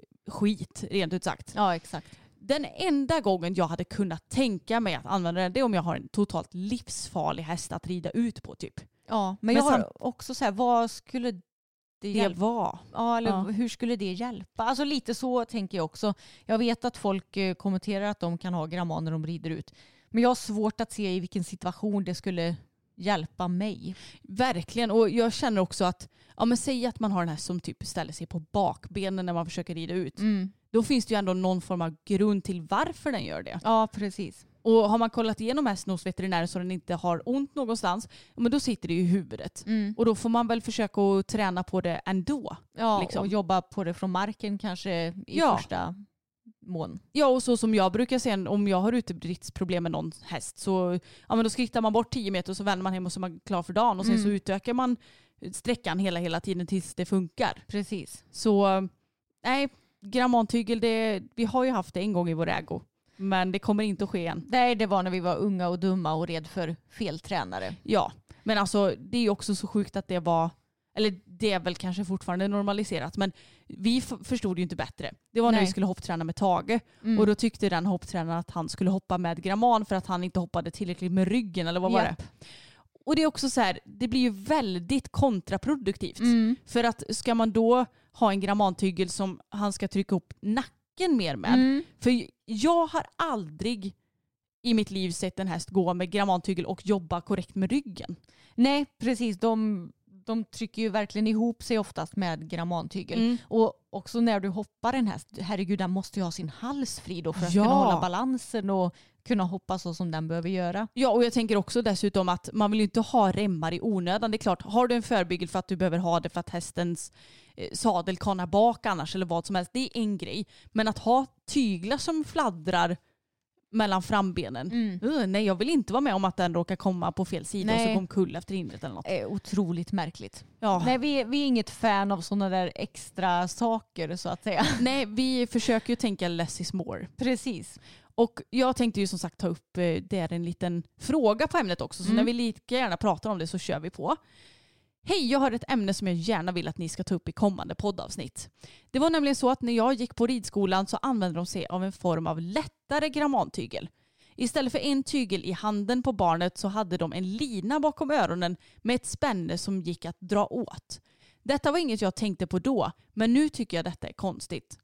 skit, rent ut sagt. Ja, exakt. Den enda gången jag hade kunnat tänka mig att använda den, det är om jag har en totalt livsfarlig häst att rida ut på typ. Ja, men, men jag har sam- också så här, vad skulle det, det var. Ja, eller ja. Hur skulle det hjälpa? Alltså lite så tänker jag också. Jag vet att folk eh, kommenterar att de kan ha gramman när de rider ut. Men jag har svårt att se i vilken situation det skulle hjälpa mig. Verkligen. Och jag känner också att, ja men säg att man har den här som typ ställer sig på bakbenen när man försöker rida ut. Mm. Då finns det ju ändå någon form av grund till varför den gör det. Ja, precis. Och har man kollat igenom hästen hos veterinären så den inte har ont någonstans, men då sitter det ju i huvudet. Mm. Och då får man väl försöka att träna på det ändå. Ja, liksom. Och jobba på det från marken kanske i ja. första mån. Ja, och så som jag brukar säga, om jag har utebrittsproblem med någon häst så ja, men då skrittar man bort tio meter och så vänder man hem och så är man klar för dagen. Och sen mm. så utökar man sträckan hela, hela tiden tills det funkar. Precis. Så nej, grammantygel, det, vi har ju haft det en gång i vår ägo. Men det kommer inte att ske igen. Nej, det var när vi var unga och dumma och red för fel tränare. Ja, men alltså det är ju också så sjukt att det var, eller det är väl kanske fortfarande normaliserat, men vi f- förstod ju inte bättre. Det var när Nej. vi skulle hoppträna med Tage mm. och då tyckte den hopptränaren att han skulle hoppa med gramman för att han inte hoppade tillräckligt med ryggen, eller vad var yep. det? Och det är också så här, det blir ju väldigt kontraproduktivt. Mm. För att ska man då ha en grammantygel som han ska trycka upp nacken mer med. Mm. För jag har aldrig i mitt liv sett en häst gå med grammantygel och jobba korrekt med ryggen. Nej, precis. De, de trycker ju verkligen ihop sig oftast med grammantygel. Mm. Och också när du hoppar en häst, herregud, den måste ju ha sin hals fri då för att ja. kunna hålla balansen och kunna hoppa så som den behöver göra. Ja, och jag tänker också dessutom att man vill ju inte ha remmar i onödan. Det är klart, har du en förbygel för att du behöver ha det för att hästens eh, sadel kanar bak annars eller vad som helst, det är en grej. Men att ha tyglar som fladdrar mellan frambenen. Mm. Uh, nej, jag vill inte vara med om att den råkar komma på fel sida nej. och så kom kull efter hindret eller något. Det är otroligt märkligt. Ja. Nej, vi, vi är inget fan av sådana där extra saker så att säga. Nej, vi försöker ju tänka less is more. Precis. Och jag tänkte ju som sagt ta upp, det är en liten fråga på ämnet också. Så mm. när vi lika gärna pratar om det så kör vi på. Hej, jag har ett ämne som jag gärna vill att ni ska ta upp i kommande poddavsnitt. Det var nämligen så att när jag gick på ridskolan så använde de sig av en form av lättare grammantygel. Istället för en tygel i handen på barnet så hade de en lina bakom öronen med ett spänne som gick att dra åt. Detta var inget jag tänkte på då, men nu tycker jag detta är konstigt.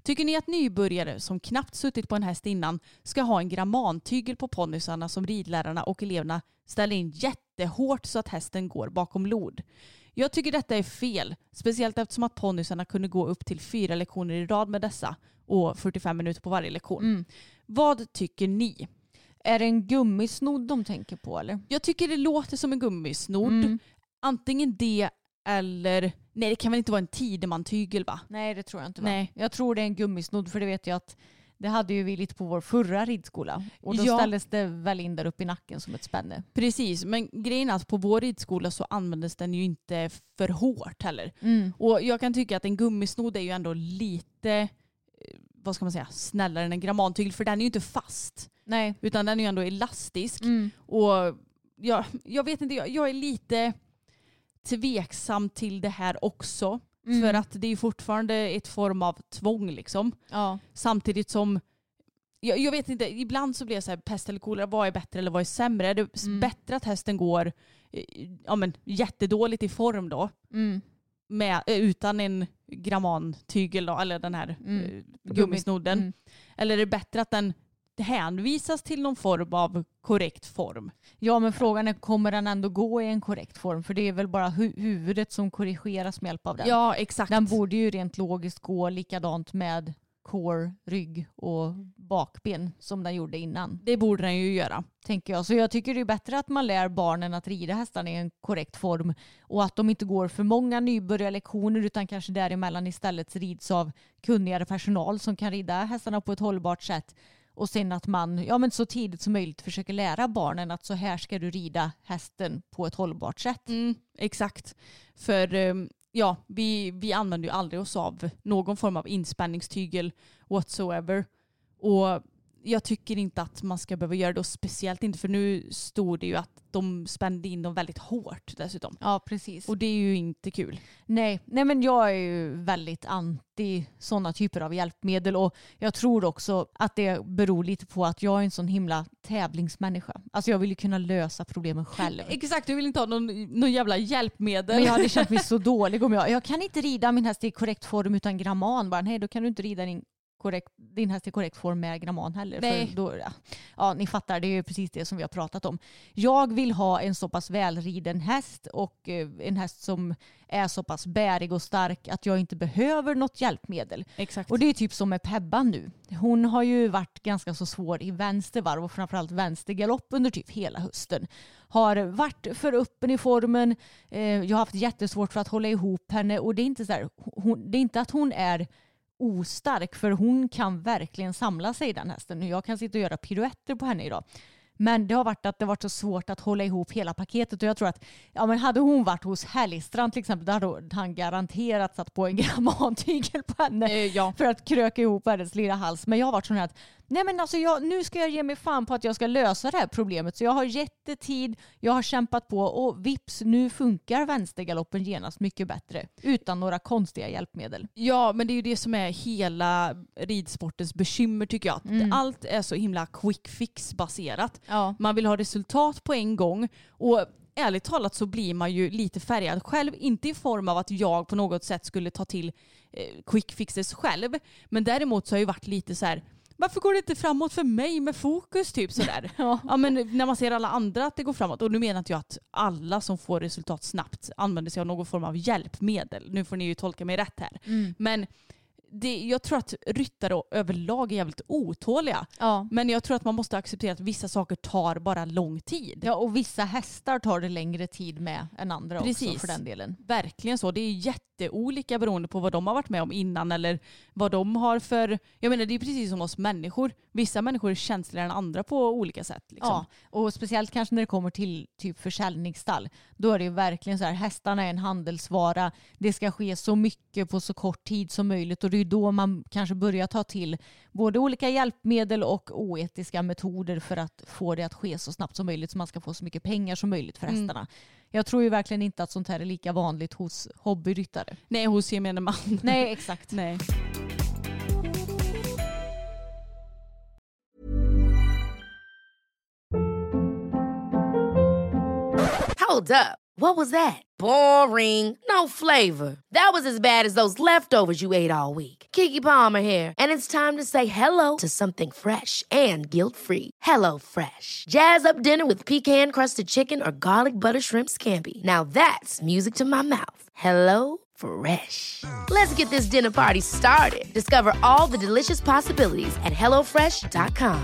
Tycker ni att nybörjare som knappt suttit på en häst innan ska ha en grammantygel på ponnysarna som ridlärarna och eleverna ställer in jättehårt så att hästen går bakom lod? Jag tycker detta är fel, speciellt eftersom att ponnysarna kunde gå upp till fyra lektioner i rad med dessa och fyrtiofem minuter på varje lektion. Mm. Vad tycker ni? Är det en gummisnodd de tänker på eller? Jag tycker det låter som en gummisnodd. Mm. Antingen det eller... Nej, det kan väl inte vara en Tideman-tygel va? Nej, det tror jag inte va? Nej. Jag tror det är en gummisnodd för det vet jag att det hade ju vi lite på vår förra ridskola. Och då ja. ställdes det väl in där uppe i nacken som ett spänne. Precis, men grejen är att på vår ridskola så användes den ju inte för hårt heller. Mm. Och jag kan tycka att en gummisnodd är ju ändå lite, vad ska man säga, snällare än en grammantygel. För den är ju inte fast. Nej. Utan den är ju ändå elastisk. Mm. Och jag, jag vet inte, jag, jag är lite tveksam till det här också. Mm. För att det är fortfarande ett form av tvång liksom. Ja. Samtidigt som, jag, jag vet inte, ibland så blir det så här, pest eller kolera, vad är bättre eller vad är sämre? Är det mm. bättre att hästen går ja, men, jättedåligt i form då? Mm. Med, utan en grammantygel då, eller den här mm. uh, gummisnodden? Mm. Eller är det bättre att den hänvisas till någon form av korrekt form? Ja, men frågan är, kommer den ändå gå i en korrekt form? För det är väl bara hu- huvudet som korrigeras med hjälp av den. Ja, exakt. Den borde ju rent logiskt gå likadant med core, rygg och bakben som den gjorde innan. Det borde den ju göra. Tänker jag. Så jag tycker det är bättre att man lär barnen att rida hästarna i en korrekt form och att de inte går för många nybörjarlektioner utan kanske däremellan istället rids av kunnigare personal som kan rida hästarna på ett hållbart sätt. Och sen att man ja, men så tidigt som möjligt försöker lära barnen att så här ska du rida hästen på ett hållbart sätt. Mm, exakt. För ja, vi, vi använder ju aldrig oss av någon form av inspänningstygel whatsoever. Och jag tycker inte att man ska behöva göra det, och speciellt inte för nu stod det ju att de spände in dem väldigt hårt dessutom. Ja, precis. Och det är ju inte kul. Nej, nej men jag är ju väldigt anti sådana typer av hjälpmedel och jag tror också att det beror lite på att jag är en sån himla tävlingsmänniska. Alltså jag vill ju kunna lösa problemen själv. Exakt, du vill inte ha någon, någon jävla hjälpmedel. Men jag hade känt mig så dålig om jag, jag kan inte rida min häst i korrekt form utan gramman. Bara, nej, då kan du inte rida din korrekt, din häst i korrekt form med gramman heller. Nej. För då, ja. ja, ni fattar, det är ju precis det som vi har pratat om. Jag vill ha en så pass välriden häst och eh, en häst som är så pass bärig och stark att jag inte behöver något hjälpmedel. Exakt. Och det är typ som med Pebba nu. Hon har ju varit ganska så svår i vänstervarv och framförallt vänstergalopp under typ hela hösten. Har varit för öppen i formen. Eh, jag har haft jättesvårt för att hålla ihop henne och det är inte så här, hon, det är inte att hon är ostark, för hon kan verkligen samla sig i den hästen. Jag kan sitta och göra piruetter på henne idag. Men det har varit att det varit så svårt att hålla ihop hela paketet och jag tror att ja, men hade hon varit hos Hellstrand till exempel, där hade han garanterat satt på en grammantygel på henne eh, ja. för att kröka ihop hennes lilla hals. Men jag har varit sån här att nej men alltså jag, nu ska jag ge mig fan på att jag ska lösa det här problemet. Så jag har jättetid, jag har kämpat på och vips, nu funkar vänstergaloppen genast mycket bättre utan några konstiga hjälpmedel. Ja, men det är ju det som är hela ridsportens bekymmer tycker jag. Mm. Allt är så himla quick fix baserat. Ja. Man vill ha resultat på en gång och ärligt talat så blir man ju lite färgad själv. Inte i form av att jag på något sätt skulle ta till eh, quick fixes själv. Men däremot så har jag ju varit lite så här: varför går det inte framåt för mig med fokus typ sådär? ja. ja, men när man ser alla andra att det går framåt. Och nu menar inte jag att alla som får resultat snabbt använder sig av någon form av hjälpmedel. Nu får ni ju tolka mig rätt här. Mm. Men det, jag tror att ryttare överlag är jävligt otåliga. Ja. Men jag tror att man måste acceptera att vissa saker tar bara lång tid. Ja, och vissa hästar tar det längre tid med än andra. Precis. Också för den delen. Verkligen så. Det är jätteolika beroende på vad de har varit med om innan eller vad de har för... Jag menar, det är precis som oss människor. Vissa människor är känsligare än andra på olika sätt. Liksom. Ja, och speciellt kanske när det kommer till typ försäljningsstall. Då är det ju verkligen så här, hästarna är en handelsvara. Det ska ske så mycket på så kort tid som möjligt och det är då man kanske börjar ta till både olika hjälpmedel och oetiska metoder för att få det att ske så snabbt som möjligt så man ska få så mycket pengar som möjligt för hästarna. Mm. Jag tror ju verkligen inte att sånt här är lika vanligt hos hobbyryttare. Nej, hos gemene man. Nej, exakt. Nej. Hold up. What was that? Boring. No flavor. That was as bad as those leftovers you ate all week. Keke Palmer here, and it's time to say hello to something fresh and guilt-free. Hello Fresh. Jazz up dinner with pecan-crusted chicken or garlic butter shrimp scampi. Now that's music to my mouth. Hello Fresh. Let's get this dinner party started. Discover all the delicious possibilities at hello fresh dot com.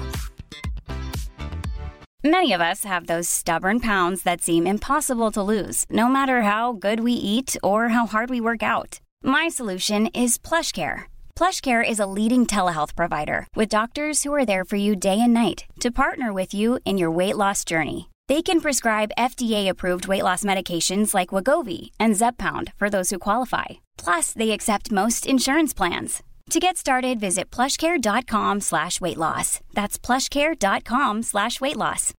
Many of us have those stubborn pounds that seem impossible to lose, no matter how good we eat or how hard we work out. My solution is PlushCare. PlushCare is a leading telehealth provider with doctors who are there for you day and night to partner with you in your weight loss journey. They can prescribe F D A-approved weight loss medications like Wegovy and Zepbound for those who qualify. Plus, they accept most insurance plans. To get started, visit plushcare.com slash weight loss. That's plushcare.com slash weight loss.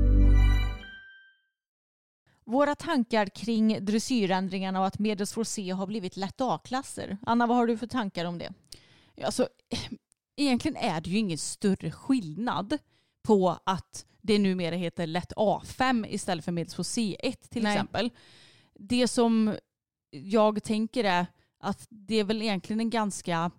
Våra tankar kring dressyrändringarna och att medelsvår C har blivit lätt A-klasser. Anna, vad har du för tankar om det? Alltså, egentligen är det ju ingen större skillnad på att det numera heter lätt A fem istället för medelsvår C ett till Nej. exempel. Det som jag tänker är att det är väl egentligen en ganska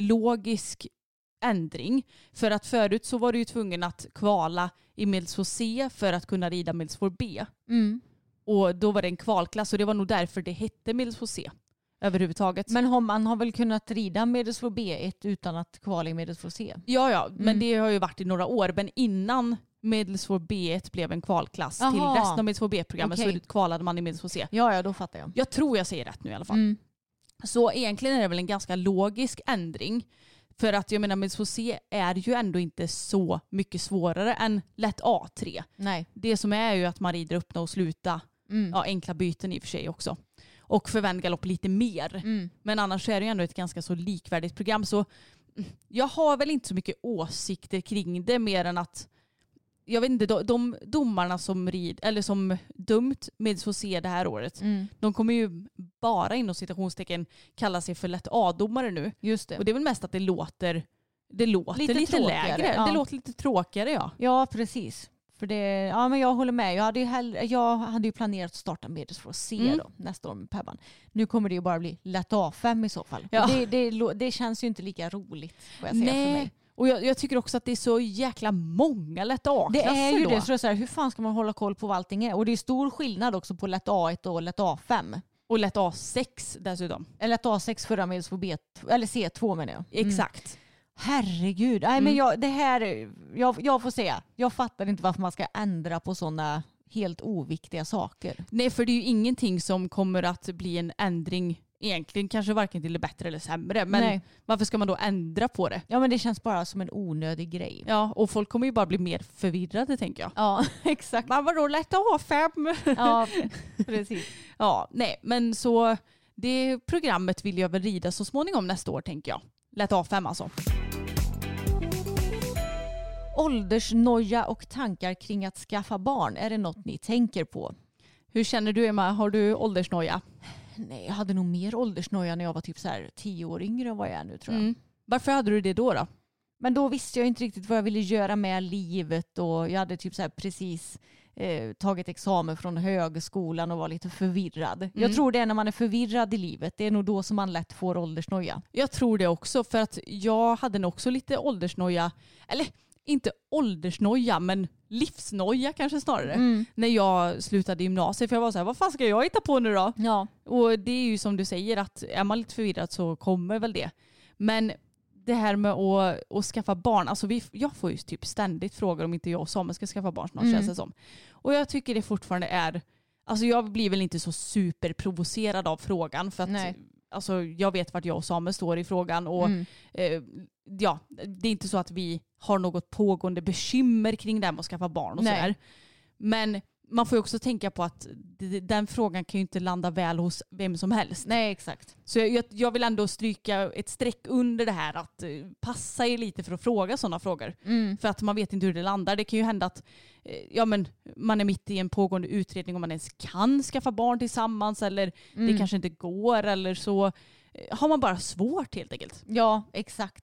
logisk ändring. För att förut så var du ju tvungen att kvala i medelsvår C för att kunna rida medelsvår B. Mm. Och då var det en kvalklass och det var nog därför det hette medelsvår C överhuvudtaget. Men har man har väl kunnat rida medelsvår B ett utan att kvala i medelsvår C? Ja, ja. Men mm. det har ju varit i några år. Men innan medelsvår B ett blev en kvalklass Aha. till resten av medelsvår B-programmet okay. så kvalade man i medelsvår C. Ja, ja, då fattar jag. Jag tror jag säger rätt nu i alla fall. Mm. Så egentligen är det väl en ganska logisk ändring. För att jag menar medelsvår C är ju ändå inte så mycket svårare än lätt A tre. Nej. Det som är ju att man rider öppna och sluta. Mm. Ja, enkla byten i och för sig också. Och för vändgalopp lite mer. Mm. Men annars är det ju ändå ett ganska så likvärdigt program. Så jag har väl inte så mycket åsikter kring det mer än att jag vet inte, de, de domarna som rid eller som dömt medelsvår C det här året, mm. de kommer ju bara inom citationstecken kalla sig för lätt A-domare nu. Just det. Och det är väl mest att det låter det låter lite, lite lägre. Ja. Det låter lite tråkigare, ja. Ja, precis. För det, ja, men jag håller med. Jag hade ju, hell- jag hade ju planerat att starta medelsvår C mm. då, nästa år med Pebban. Nu kommer det ju bara bli lätt A fem i så fall. Ja. Det, det, det känns ju inte lika roligt, får jag säga, Nej. för mig. Och jag, jag tycker också att det är så jäkla många lätt A-klasser. Det är ju då. det. Så det är så här, hur fan ska man hålla koll på vad allting är? Och det är stor skillnad också på lätt A ett och lätt A fem. Och lätt A sex dessutom. Eller lätt A sex förra medelsvår B, eller C två menar jag. Mm. Exakt. Herregud. Nej, mm. men jag, det här, jag, jag får säga, jag fattar inte varför man ska ändra på sådana helt oviktiga saker. Nej, för det är ju ingenting som kommer att bli en ändring egentligen, kanske varken till det bättre eller sämre. Men Nej. Varför ska man då ändra på det? Ja, men det känns bara som en onödig grej. Ja, och folk kommer ju bara bli mer förvirrade, tänker jag. Ja, exakt. Men vadå, lätt A fem? Ja, precis. Ja, nej, men så det programmet vill jag väl rida så småningom nästa år, tänker jag. Lätt A fem alltså. Åldersnoja och tankar kring att skaffa barn, är det något ni tänker på? Hur känner du, Emma? Har du åldersnoja? Nej, jag hade nog mer åldersnoja när jag var typ så här tio år yngre än vad jag är nu, tror jag. Mm. Varför hade du det då då? Men då visste jag inte riktigt vad jag ville göra med livet och jag hade typ så här precis eh, tagit examen från högskolan och var lite förvirrad. Mm. Jag tror det är när man är förvirrad i livet, det är nog då som man lätt får åldersnoja. Jag tror det också, för att jag hade nog också lite åldersnoja, eller inte åldersnoja, men livsnoja kanske snarare. Mm. När jag slutade gymnasiet. För jag var så här, vad fan ska jag hitta på nu då? Ja. Och det är ju som du säger, att är man lite förvirrad så kommer väl det. Men det här med att, att skaffa barn, alltså vi, jag får ju typ ständigt frågor om inte jag och Samuel ska skaffa barn snart, mm. känns det som. Och jag tycker det fortfarande är, alltså jag blir väl inte så superprovocerad av frågan, för att Nej. Alltså, jag vet vart jag och Samuel står i frågan och mm. eh, ja, det är inte så att vi har något pågående bekymmer kring det här med att skaffa barn och sådär. Men man får ju också tänka på att den frågan kan ju inte landa väl hos vem som helst. Nej, exakt. Så jag, jag vill ändå stryka ett streck under det här, att passa er lite för att fråga sådana frågor. Mm. För att man vet inte hur det landar. Det kan ju hända att ja, men man är mitt i en pågående utredning om man ens kan skaffa barn tillsammans, eller mm. det kanske inte går, eller så har man bara svårt helt enkelt. Ja, exakt.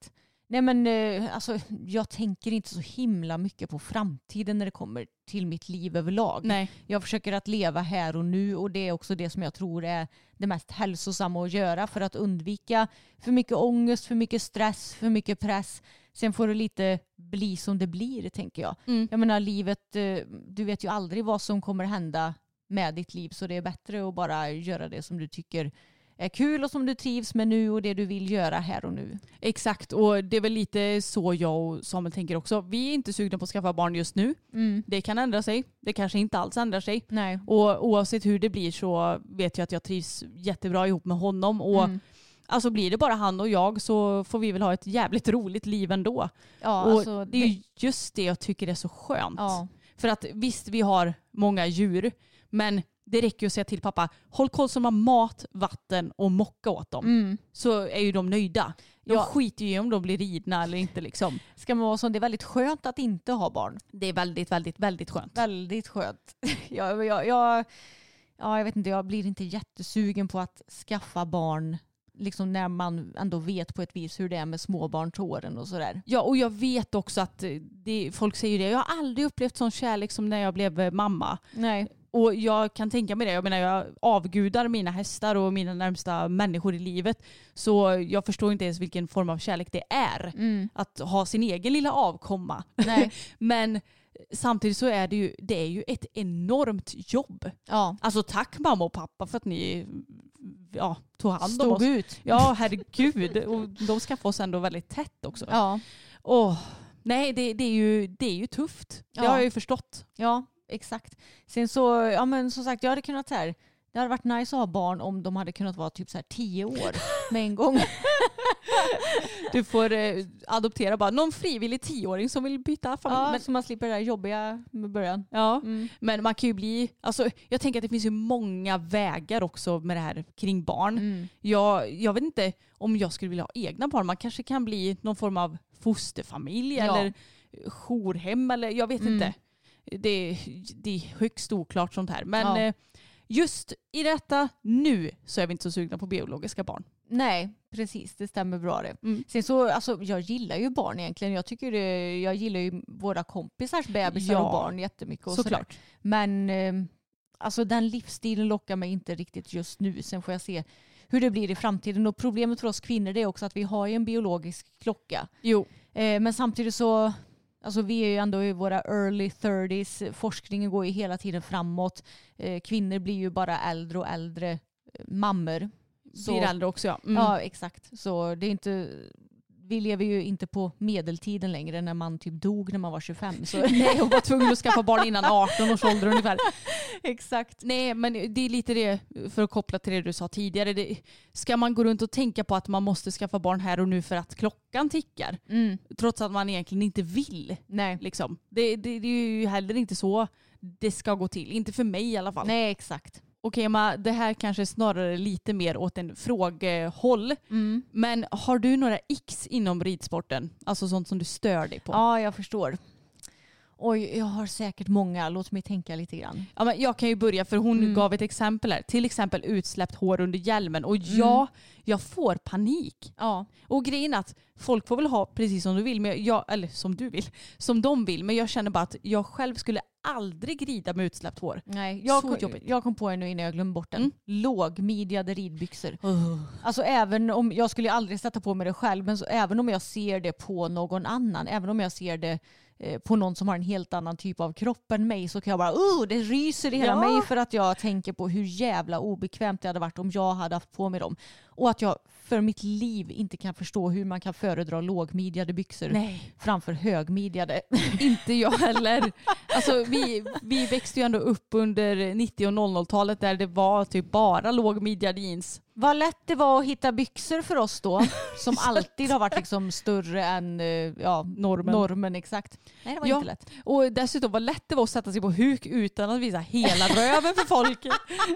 Nej men alltså, jag tänker inte så himla mycket på framtiden när det kommer till mitt liv överlag. Nej. Jag försöker att leva här och nu och det är också det som jag tror är det mest hälsosamma att göra för att undvika för mycket ångest, för mycket stress, för mycket press. Sen får det lite bli som det blir, tänker jag. Mm. Jag menar, livet, du vet ju aldrig vad som kommer hända med ditt liv, så det är bättre att bara göra det som du tycker är kul och som du trivs med nu och det du vill göra här och nu. Exakt, och det är väl lite så jag och Samuel tänker också. Vi är inte sugna på att skaffa barn just nu. Mm. Det kan ändra sig. Det kanske inte alls ändrar sig. Nej. Och oavsett hur det blir så vet jag att jag trivs jättebra ihop med honom. Och mm. alltså blir det bara han och jag så får vi väl ha ett jävligt roligt liv ändå. Ja, och alltså, det är just det jag tycker är så skönt. Ja. För att visst, vi har många djur, men det räcker att säga till pappa, håll koll som har mat, vatten och mocka åt dem. Mm. Så är ju de nöjda. De ja. skiter ju om de blir ridna eller inte liksom. Ska man vara så, det är väldigt skönt att inte ha barn. Det är väldigt, väldigt, väldigt skönt. Väldigt skönt. jag, jag, jag, ja, jag vet inte, jag blir inte jättesugen på att skaffa barn liksom när man ändå vet på ett vis hur det är med småbarnsåren och sådär. Ja, och jag vet också att det, folk säger det. Jag har aldrig upplevt sån kärlek som när jag blev mamma. Nej. Och jag kan tänka mig det. Jag menar, jag avgudar mina hästar och mina närmsta människor i livet. Så jag förstår inte ens vilken form av kärlek det är. Mm. Att ha sin egen lilla avkomma. Nej. Men samtidigt så är det ju, det är ju ett enormt jobb. Ja. Alltså tack mamma och pappa för att ni ja, tog hand om Stod oss. ut. Ja, herregud. Och de skaffade oss ändå väldigt tätt också. Ja. Åh, nej, det, det, är ju, det är ju tufft. Det Ja. har jag ju förstått. Ja, exakt. Sen så, ja men som sagt, jag hade kunnat här. Det hade varit nice att ha barn om de hade kunnat vara typ så här tio år med en gång. Du får eh, adoptera bara någon frivillig tioåring som vill byta familj. Ja, Men, så man slipper det där jobbiga med början. ja, Mm. men man kan ju bli, alltså jag tänker att det finns ju många vägar också med det här kring barn. Mm. Jag, jag vet inte om jag skulle vilja ha egna barn. Man kanske kan bli någon form av fosterfamilj Ja. eller jourhem eller jag vet Mm. inte. Det, det är högst oklart sånt här. Men Ja. eh, just i detta nu så är vi inte så sugna på biologiska barn. Nej, precis. Det stämmer bra det. Mm. Sen så, alltså, jag gillar ju barn egentligen. Jag tycker det, jag gillar ju våra kompisars bebisar Ja, och barn jättemycket. Och såklart. sådär. Men eh, alltså, den livsstilen lockar mig inte riktigt just nu. Sen får jag se hur det blir i framtiden. Och problemet för oss kvinnor det är också att vi har ju en biologisk klocka. Jo. Eh, men samtidigt så, alltså vi är ju ändå i våra early thirties. Forskningen går ju hela tiden framåt. Eh, kvinnor blir ju bara äldre och äldre eh, mammor. Så, Blir äldre också, ja. Mm. Ja, exakt. Så det är inte, vi lever ju inte på medeltiden längre när man typ dog när man var tjugofem. Så. Nej, och var tvungen att skaffa barn innan arton års ålder ungefär. Exakt. Nej, men det är lite det, för att koppla till det du sa tidigare. Det, ska man gå runt och tänka på att man måste skaffa barn här och nu för att klockan tickar? Mm. Trots att man egentligen inte vill. Nej. Liksom. Det, det, det är ju heller inte så det ska gå till. Inte för mig i alla fall. Nej, exakt. Okej, Emma, det här kanske snarare lite mer åt en frågehåll. Mm. Men har du några x inom ridsporten? Alltså sånt som du stör dig på? Ja, jag förstår. Oj, jag har säkert många. Låt mig tänka lite grann. Ja, men jag kan ju börja för hon Mm. gav ett exempel här. Till exempel utsläppt hår under hjälmen. Och ja, Mm. jag får panik. Ja. Och grejen är att folk får väl ha precis som du vill. Men jag, eller som du vill. Som de vill. Men jag känner bara att jag själv skulle aldrig rida med utsläppt hår. Nej, jag, Så kom, jobbigt. jag kom på en nu innan jag glömde bort den. Mm. Lågmidjade ridbyxor. Alltså även om, jag skulle aldrig sätta på mig det själv, men så, även om jag ser det på någon annan, även om jag ser det eh, på någon som har en helt annan typ av kropp än mig, så kan jag bara, oh, det ryser i hela Ja. mig för att jag tänker på hur jävla obekvämt det hade varit om jag hade haft på mig dem. Och att jag för mitt liv inte kan förstå hur man kan föredra lågmidjade byxor Nej, framför högmidjade. inte jag heller. Alltså vi, vi växte ju ändå upp under nittio och noll noll-talet där det var typ bara lågmidjade jeans. Vad lätt det var att hitta byxor för oss då, som alltid har varit liksom större än eh, ja, Normen. normen. Exakt. Nej, det var Ja. inte lätt. Och dessutom var lätt det var att sätta sig på huk utan att visa hela röven för folket.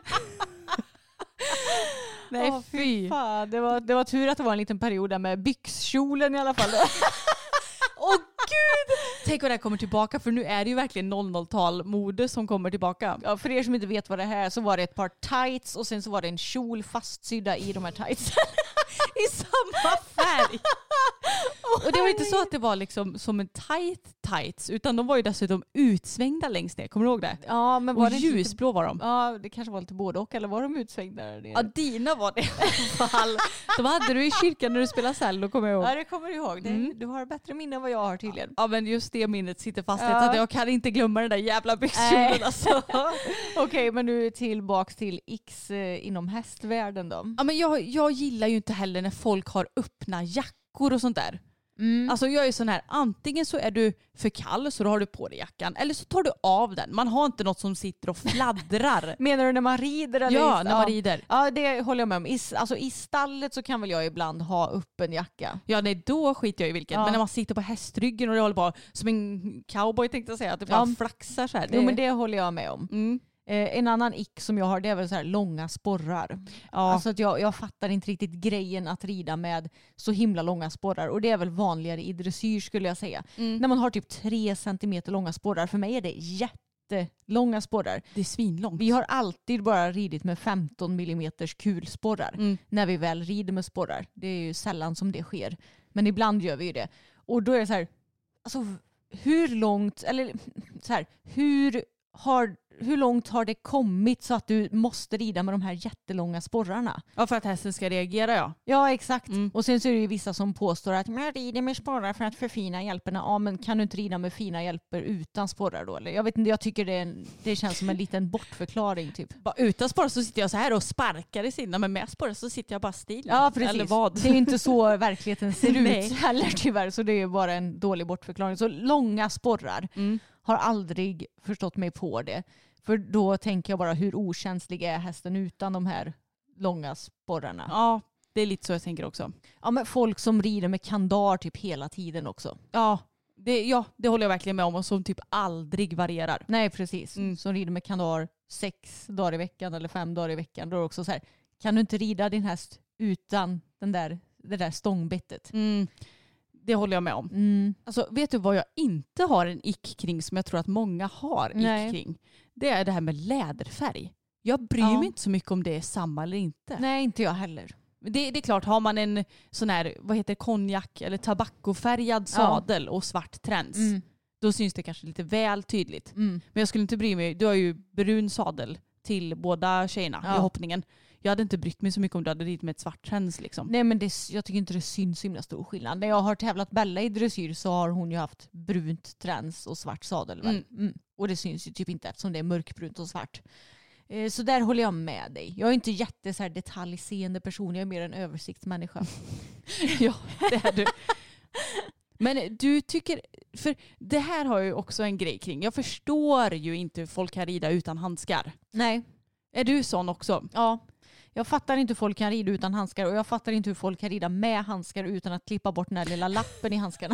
Nej, Åh, fy. Fan, det, var, det var tur att det var en liten period där med byxkjolen i alla fall. Åh gud! Tänk vad det här kommer tillbaka, för nu är det ju verkligen noll noll-tal-mode som kommer tillbaka. Ja, för er som inte vet vad det här är, så var det ett par tights och sen så var det en kjol fastsydda i de här tights. I samma färg. Och det var inte så att det var liksom som en tight tights, utan de var ju dessutom utsvängda längst ner. Kommer du ihåg det? Ja, men var och det ljusblå lite, var de. Ja, det kanske var lite både och, eller var de utsvängda där nere? Ja, dina var det i alla fall. De hade du i kyrkan när du spelade cello, kommer jag ihåg. Ja, det kommer du ihåg. Det, Mm. Du har bättre minne än vad jag har tydligen. Ja, men just det minnet sitter fast. Ja. Att jag kan inte glömma den där jävla byxkjolen alltså. Okej, okay, men nu tillbaks till X eh, inom hästvärlden då. Ja, men jag, jag gillar ju inte heller när folk har öppna jackor och sånt där. Mm. Alltså jag är sån här, antingen så är du för kall så då har du på dig jackan, eller så tar du av den. Man har inte något som sitter och fladdrar. Menar du när man rider? Eller ja, i, när man ja. rider. Ja, det håller jag med om. I, alltså, I stallet så kan väl jag ibland ha upp en jacka. Ja, nej, då skiter jag i vilken. Ja. Men när man sitter på hästryggen och det håller på som en cowboy tänkte jag säga, att det bara Ja. flaxar så här. Jo, men det håller jag med om. Mm. Eh, en annan ick som jag har, det är väl så här långa sporrar. Ja. Alltså att jag, jag fattar inte riktigt grejen att rida med så himla långa sporrar. Och det är väl vanligare i dressyr skulle jag säga. Mm. När man har typ tre centimeter långa sporrar. För mig är det jättelånga sporrar. Det är svinlångt. Vi har alltid bara ridit med femton millimeters kulsporrar. Mm. När vi väl rider med sporrar. Det är ju sällan som det sker. Men ibland gör vi ju det. Och då är det så här, alltså hur långt, eller så här, hur har hur långt har det kommit så att du måste rida med de här jättelånga sporrarna? Ja, för att hästen ska reagera, ja. Ja, exakt. Mm. Och sen så är det ju vissa som påstår att men jag rider med sporrar för att förfina hjälperna. Ja, men kan du inte rida med fina hjälper utan sporrar då? Eller? Jag vet inte, jag tycker det, är en, det känns som en liten bortförklaring typ. Bara utan sporrar så sitter jag så här och sparkar i sina, men med sporrar så sitter jag bara still. Ja, precis. Eller vad? Det är ju inte så verkligheten ser Nej. ut heller tyvärr. Så det är ju bara en dålig bortförklaring. Så långa sporrar Mm. har aldrig förstått mig på det. För då tänker jag bara hur okänslig är hästen utan de här långa sporrarna. Ja, det är lite så jag tänker också. Ja, men folk som rider med kandar typ hela tiden också. Ja, det, ja, det håller jag verkligen med om, och som typ aldrig varierar. Nej, precis. Mm. Som rider med kandar sex dagar i veckan eller fem dagar i veckan. Då är det också så här, kan du inte rida din häst utan den där, det där stångbettet? Mm. Det håller jag med om. Mm. Alltså, vet du vad jag inte har en ick kring som jag tror att många har Nej. ick kring? Det är det här med läderfärg. Jag bryr Ja. mig inte så mycket om det är samma eller inte. Nej, inte jag heller. Det, det är klart, har man en sån här, vad heter det, konjak eller tabackofärgad sadel och svart träns, Mm. då syns det kanske lite väl tydligt. Mm. Men jag skulle inte bry mig. Du har ju brun sadel till båda tjejerna Ja. i hoppningen. Jag hade inte brytt mig så mycket om du hade ridit med ett svart träns liksom. Nej, men det, jag tycker inte det syns så himla stor skillnad. När jag har tävlat Bella i dressyr så har hon ju haft brunt träns och svart sadel. Väl? Mm. Mm. Och det syns ju typ inte eftersom det är mörkbrunt och svart. Eh, så där håller jag med dig. Jag är inte jätte så här detaljseende person. Jag är mer en översiktsmänniska. Ja, det är du. Men du tycker, för det här har jag ju också en grej kring. Jag förstår ju inte hur folk kan rida utan handskar. Nej. Är du sån också? Ja. Jag fattar inte hur folk kan rida utan handskar. Och jag fattar inte hur folk kan rida med handskar utan att klippa bort den här lilla lappen i handskarna.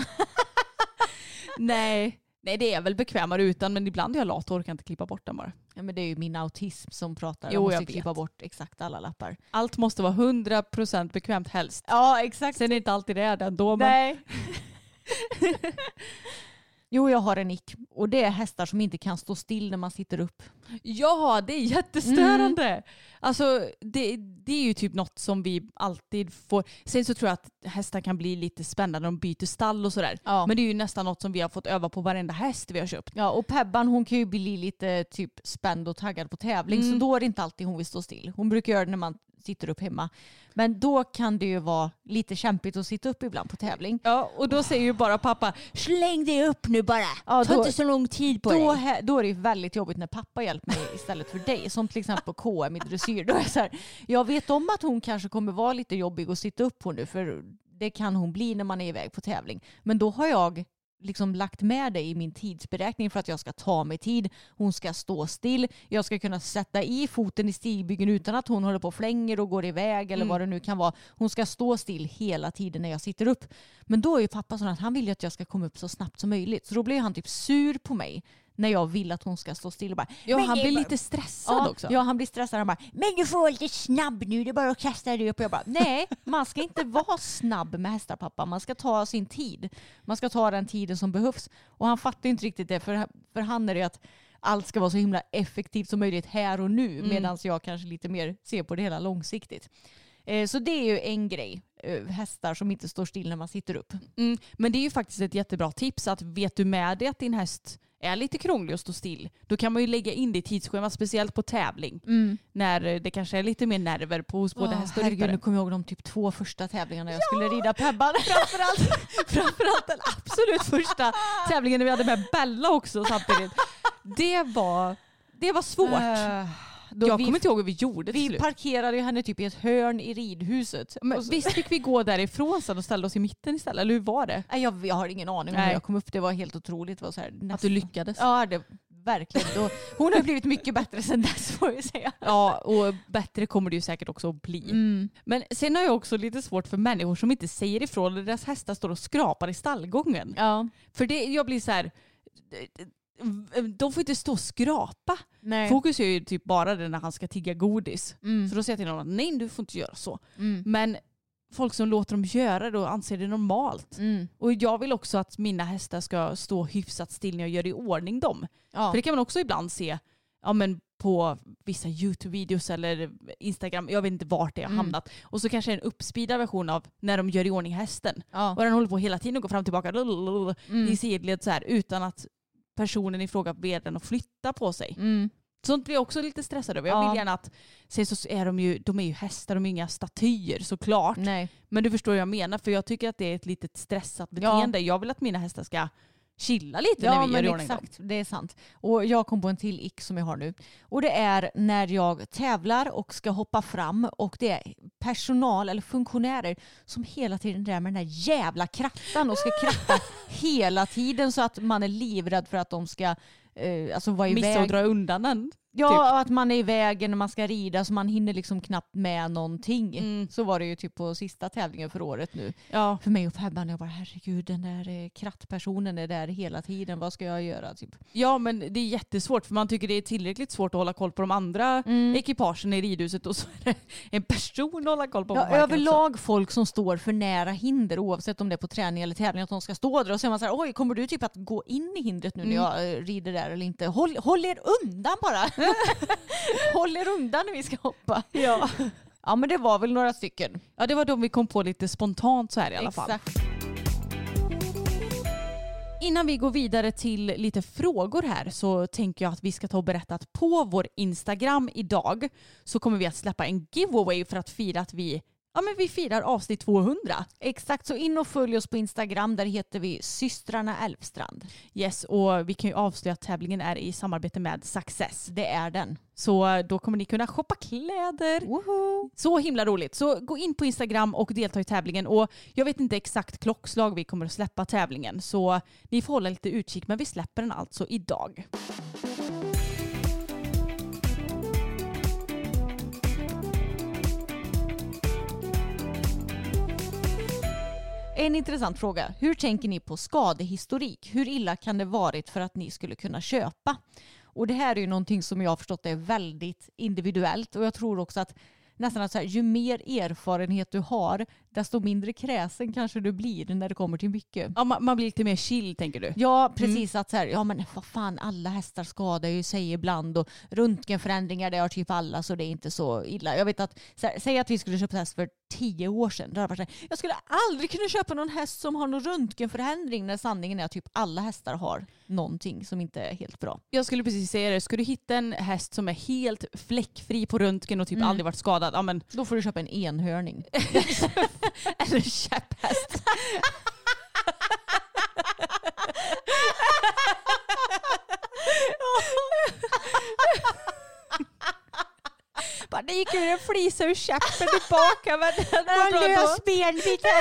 Nej. Nej, det är väl bekvämare utan, men ibland är jag lat och orkar inte klippa bort den bara. Ja, men det är ju min autism som pratar. Jo, jag måste jag klippa vet. bort exakt alla lappar. Allt måste vara hundra procent bekvämt helst. Ja, exakt. Sen är det inte alltid det är det ändå. Men... Nej. Jo, jag har en nick. Och det är hästar som inte kan stå still när man sitter upp. Ja, det är jättestörande. Mm. Alltså, det, det är ju typ något som vi alltid får. Sen så tror jag att hästar kan bli lite spännande när de byter stall och sådär. Ja. Men det är ju nästan något som vi har fått öva på varenda häst vi har köpt. Ja, och Pebban hon kan ju bli lite typ spänd och taggad på tävling. Mm. Så då är det inte alltid hon vill stå still. Hon brukar göra det när man sitter upp hemma. Men då kan det ju vara lite kämpigt att sitta upp ibland på tävling. Ja, och då säger ju bara pappa, släng dig upp nu bara. Ja, Ta då- inte så lång tid på Då, dig. he- då är det ju väldigt jobbigt när pappa hjälper mig istället för dig. Som till exempel på K M i dressyr. Då är jag, så här, jag vet om att hon kanske kommer vara lite jobbig att sitta upp på nu. För det kan hon bli när man är iväg på tävling. Men då har jag liksom lagt med dig i min tidsberäkning för att jag ska ta mig tid. Hon ska stå still. Jag ska kunna sätta i foten i stigbyggen utan att hon håller på och flänger och går iväg eller Mm. vad det nu kan vara. Hon ska stå still hela tiden när jag sitter upp. Men då är ju pappa sån att han vill ju att jag ska komma upp så snabbt som möjligt. Så då blir han typ sur på mig när jag vill att hon ska stå still och bara, Ja, "Men han det blir är bara-" lite stressad Ja, också. ja, han blir stressad. Han bara, men du får vara lite snabb nu, det är bara att kasta dig upp. Och jag bara, nej, man ska inte vara snabb med hästar, pappa. Man ska ta sin tid. Man ska ta den tiden som behövs. Och han fattar inte riktigt det, för, för han är det att allt ska vara så himla effektivt som möjligt här och nu, Mm. medan jag kanske lite mer ser på det hela långsiktigt. Eh, så det är ju en grej. uh, hästar som inte står still när man sitter upp. Mm, men det är ju faktiskt ett jättebra tips att vet du med dig att din häst är lite krånglig att stå still, då kan man ju lägga in det i tidsschemat, speciellt på tävling. Mm. När det kanske är lite mer nerver på hos både oh, häst och ryttare. Herregud, nu kommer jag ihåg de typ två första tävlingarna jag ja! skulle rida Pebban. Framförallt, framförallt den absolut första tävlingen när vi hade med Bella också samtidigt. Det var, det var svårt. Uh. Då jag vi, kommer inte ihåg hur vi gjorde Vi slut. parkerade ju henne typ i ett hörn i ridhuset. Men så, visst fick vi gå därifrån sen och ställa oss i mitten istället? Eller hur var det? Nej, jag, jag har ingen aning om hur jag kom upp. Det var helt otroligt. Det var så här, nästan. Att du lyckades? Ja, det, verkligen. Då, hon har blivit mycket bättre sen dess får jag säga. Ja, och bättre kommer det ju säkert också att bli. Mm. Men sen har jag också lite svårt för människor som inte säger ifrån när deras hästar står och skrapar i stallgången. Ja. För det, jag blir så här... De får inte stå och skrapa. Nej. Fokus är ju typ bara det när han ska tigga godis. Mm. Så då säger jag till honom att nej, du får inte göra så. Mm. Men folk som låter dem göra det och anser det normalt. Mm. Och jag vill också att mina hästar ska stå hyfsat still när jag gör i ordning dem. Ja. För det kan man också ibland se ja, men på vissa YouTube-videos eller Instagram. Jag vet inte vart det har mm. hamnat. Och så kanske en uppspeedad version av när de gör i ordning hästen. Ja. Och den håller på hela tiden och går fram och tillbaka mm. i sidled så här utan att personen i fråga ber den att flytta på sig. Mm. Sånt blir jag också lite stressad över. Jag vill ja. gärna att sen så är de ju, de är ju hästar, de är inga statyer såklart. Nej. Men du förstår vad jag menar, för jag tycker att det är ett litet stressat beteende. Ja. Jag vill att mina hästar ska chilla lite ja, när vi gör i ordning dem. Exakt, det är sant. Och jag kom på en till ick som jag har nu. Och det är när jag tävlar och ska hoppa fram och det är personal eller funktionärer som hela tiden är med den där jävla krattan och ska kratta hela tiden så att man är livrädd för att de ska eh, alltså vara iväg. Missa och dra undan den. Ja, typ. Att man är i vägen när man ska rida så man hinner liksom knappt med någonting. Mm. Så var det ju typ på sista tävlingen för året nu. Ja. För mig och Pebban, jag bara herregud, den där eh, krattpersonen är där hela tiden. Vad ska jag göra? Typ. Ja, men det är jättesvårt för man tycker det är tillräckligt svårt att hålla koll på de andra mm. ekipagen i ridhuset och så är det en person att hålla koll på. Ja, överlag också. Folk som står för nära hinder oavsett om det är på träning eller tävling att de ska stå där och så är man så här, oj, kommer du typ att gå in i hindret nu mm. när jag äh, rider där eller inte? Håll, håll er undan bara! Håll er undan när vi ska hoppa. Ja. Ja, men det var väl några stycken. Ja, det var de vi kom på lite spontant så här i alla fall. Exakt. Innan vi går vidare till lite frågor här så tänker jag att vi ska ta och berätta att på vår Instagram idag så kommer vi att släppa en giveaway för att fira att vi Ja, men vi firar avsnitt tvåhundra. Exakt, så in och följ oss på Instagram. Där heter vi Systrarna Älvstrand. Yes, och vi kan ju avslöja att tävlingen är i samarbete med Success. Det är den. Så då kommer ni kunna shoppa kläder. Woho! Så himla roligt. Så gå in på Instagram och delta i tävlingen. Och jag vet inte exakt klockslag vi kommer att släppa tävlingen. Så ni får hålla lite utkik, men vi släpper den alltså idag. En intressant fråga. Hur tänker ni på skadehistorik? Hur illa kan det varit för att ni skulle kunna köpa? Och det här är ju någonting som jag har förstått är väldigt individuellt. Och jag tror också att nästan att så här, ju mer erfarenhet du har, desto mindre kräsen kanske du blir när det kommer till mycket. Ja, man, man blir lite mer chill, tänker du? Ja, precis. Mm. Att så här, ja men vad fan, alla hästar skadar ju sig ibland och röntgenförändringar, det har typ alla, så det är inte så illa. Jag vet att, så här, säg att vi skulle köpa häst för tio år sedan. Då var det, jag skulle aldrig kunna köpa någon häst som har någon röntgenförändring, när sanningen är att typ alla hästar har någonting som inte är helt bra. Jag skulle precis säga det. Ska du hitta en häst som är helt fläckfri på röntgen och typ mm. aldrig varit skadad, ja, men då får du köpa en enhörning. Eller käpphäst. Bara, det gick ur en flisa ur käppen tillbaka. Men den lös benbitar.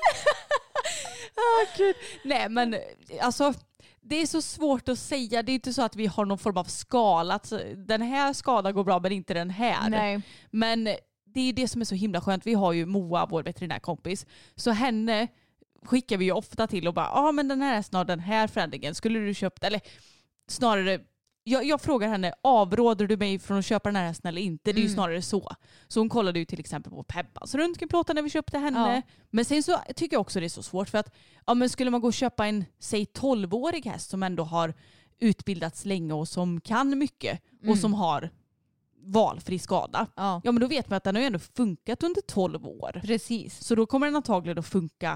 Oh, Gud. Nej, men alltså det är så svårt att säga. Det är inte så att vi har någon form av skala. Att den här skadan går bra men inte den här. Nej. Men det är det som är så himla skönt. Vi har ju Moa, vår veterinärkompis. Så henne skickar vi ju ofta till och bara, ja ah, men den här är snart den här förändringen. Skulle du köpt, eller snarare, jag, jag frågar henne, avråder du mig från att köpa den här hästen eller inte? Det är ju mm. snarare så. Så hon kollade ju till exempel på Pebbas röntgenplåtar när vi köpte henne. Ja. Men sen så tycker jag också det är så svårt för att, ja men skulle man gå och köpa en, säg tolvårig häst som ändå har utbildats länge och som kan mycket mm. och som har valfri skada. Ja. Ja, men då vet man att den har ju ändå funkat under tolv år. Precis. Så då kommer den antagligen att funka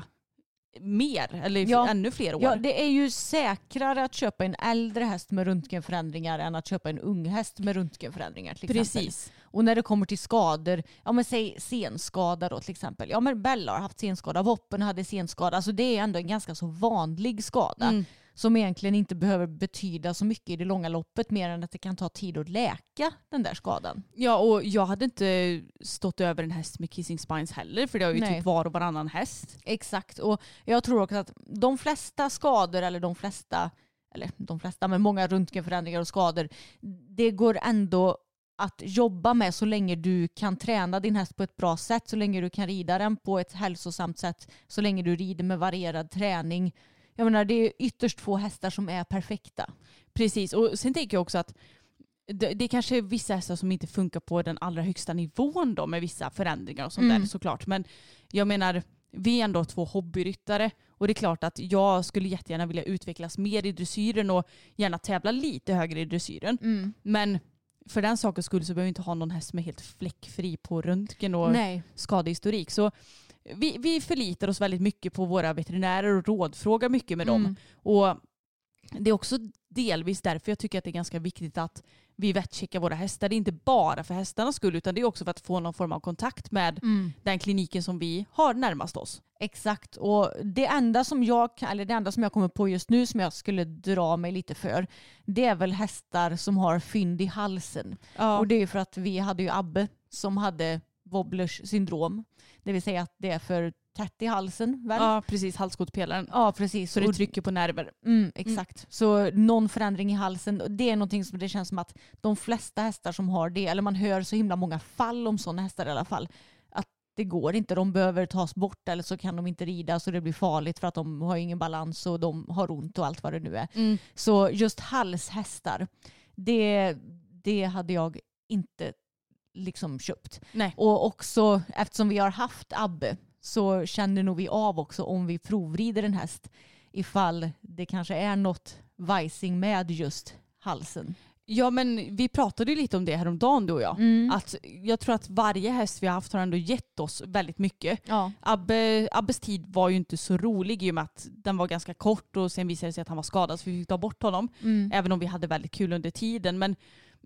mer eller Ja. ännu fler år. Ja, det är ju säkrare att köpa en äldre häst med röntgenförändringar än att köpa en ung häst med röntgenförändringar till exempel. Precis. Och när det kommer till skador, ja men säg senskada då till exempel. Ja men Bella har haft senskada, Voppen hade senskada. Alltså det är ändå en ganska så vanlig skada. Mm. Som egentligen inte behöver betyda så mycket i det långa loppet mer än att det kan ta tid att läka den där skadan. Ja, och jag hade inte stått över en häst med kissing spines heller, för det har ju Nej. typ var och varannan häst. Exakt, och jag tror också att de flesta skador eller de flesta, eller de flesta men många röntgenförändringar och skador, det går ändå att jobba med så länge du kan träna din häst på ett bra sätt, så länge du kan rida den på ett hälsosamt sätt, så länge du rider med varierad träning. Jag menar, det är ytterst få hästar som är perfekta. Precis, och sen tänker jag också att det, det är kanske vissa hästar som inte funkar på den allra högsta nivån då, med vissa förändringar och sånt Mm. där såklart. Men jag menar, vi är ändå två hobbyryttare och det är klart att jag skulle jättegärna vilja utvecklas mer i dressyren och gärna tävla lite högre i dressyren. Mm. Men för den sakens skull så behöver vi inte ha någon häst som är helt fläckfri på röntgen och Nej. skadehistorik. Så vi, vi förlitar oss väldigt mycket på våra veterinärer och rådfrågar mycket med dem. Mm. Och det är också delvis därför jag tycker att det är ganska viktigt att vi vettcheckar våra hästar. Det är inte bara för hästarnas skull, utan det är också för att få någon form av kontakt med Mm. den kliniken som vi har närmast oss. Exakt, och det enda som jag eller det enda som jag kommer på just nu som jag skulle dra mig lite för, det är väl hästar som har fynd i halsen. Ja. Och det är för att vi hade ju Abbe som hade Wobblers syndrom. Det vill säga att det är för tätt i halsen, väl? Ja, precis. Halskotpelaren. Ja, precis. Så det Och- trycker på nerver. Mm, exakt. Så någon förändring i halsen, det är någonting som det känns som att de flesta hästar som har det, eller man hör så himla många fall om sådana hästar i alla fall, att det går inte. De behöver tas bort eller så kan de inte rida så det blir farligt för att de har ingen balans och de har ont och allt vad det nu är. Mm. Så just halshästar, det, det hade jag inte liksom köpt. Nej. Och också eftersom vi har haft Abbe så känner nog vi av också om vi provrider en häst ifall det kanske är något vajsing med just halsen. Ja, men vi pratade ju lite om det häromdagen du och jag. Mm. Att jag tror att varje häst vi har haft har ändå gett oss väldigt mycket. Ja. Abbe, Abbes tid var ju inte så rolig i och med att den var ganska kort och sen visade det sig att han var skadad så vi fick ta bort honom. Mm. Även om vi hade väldigt kul under tiden. Men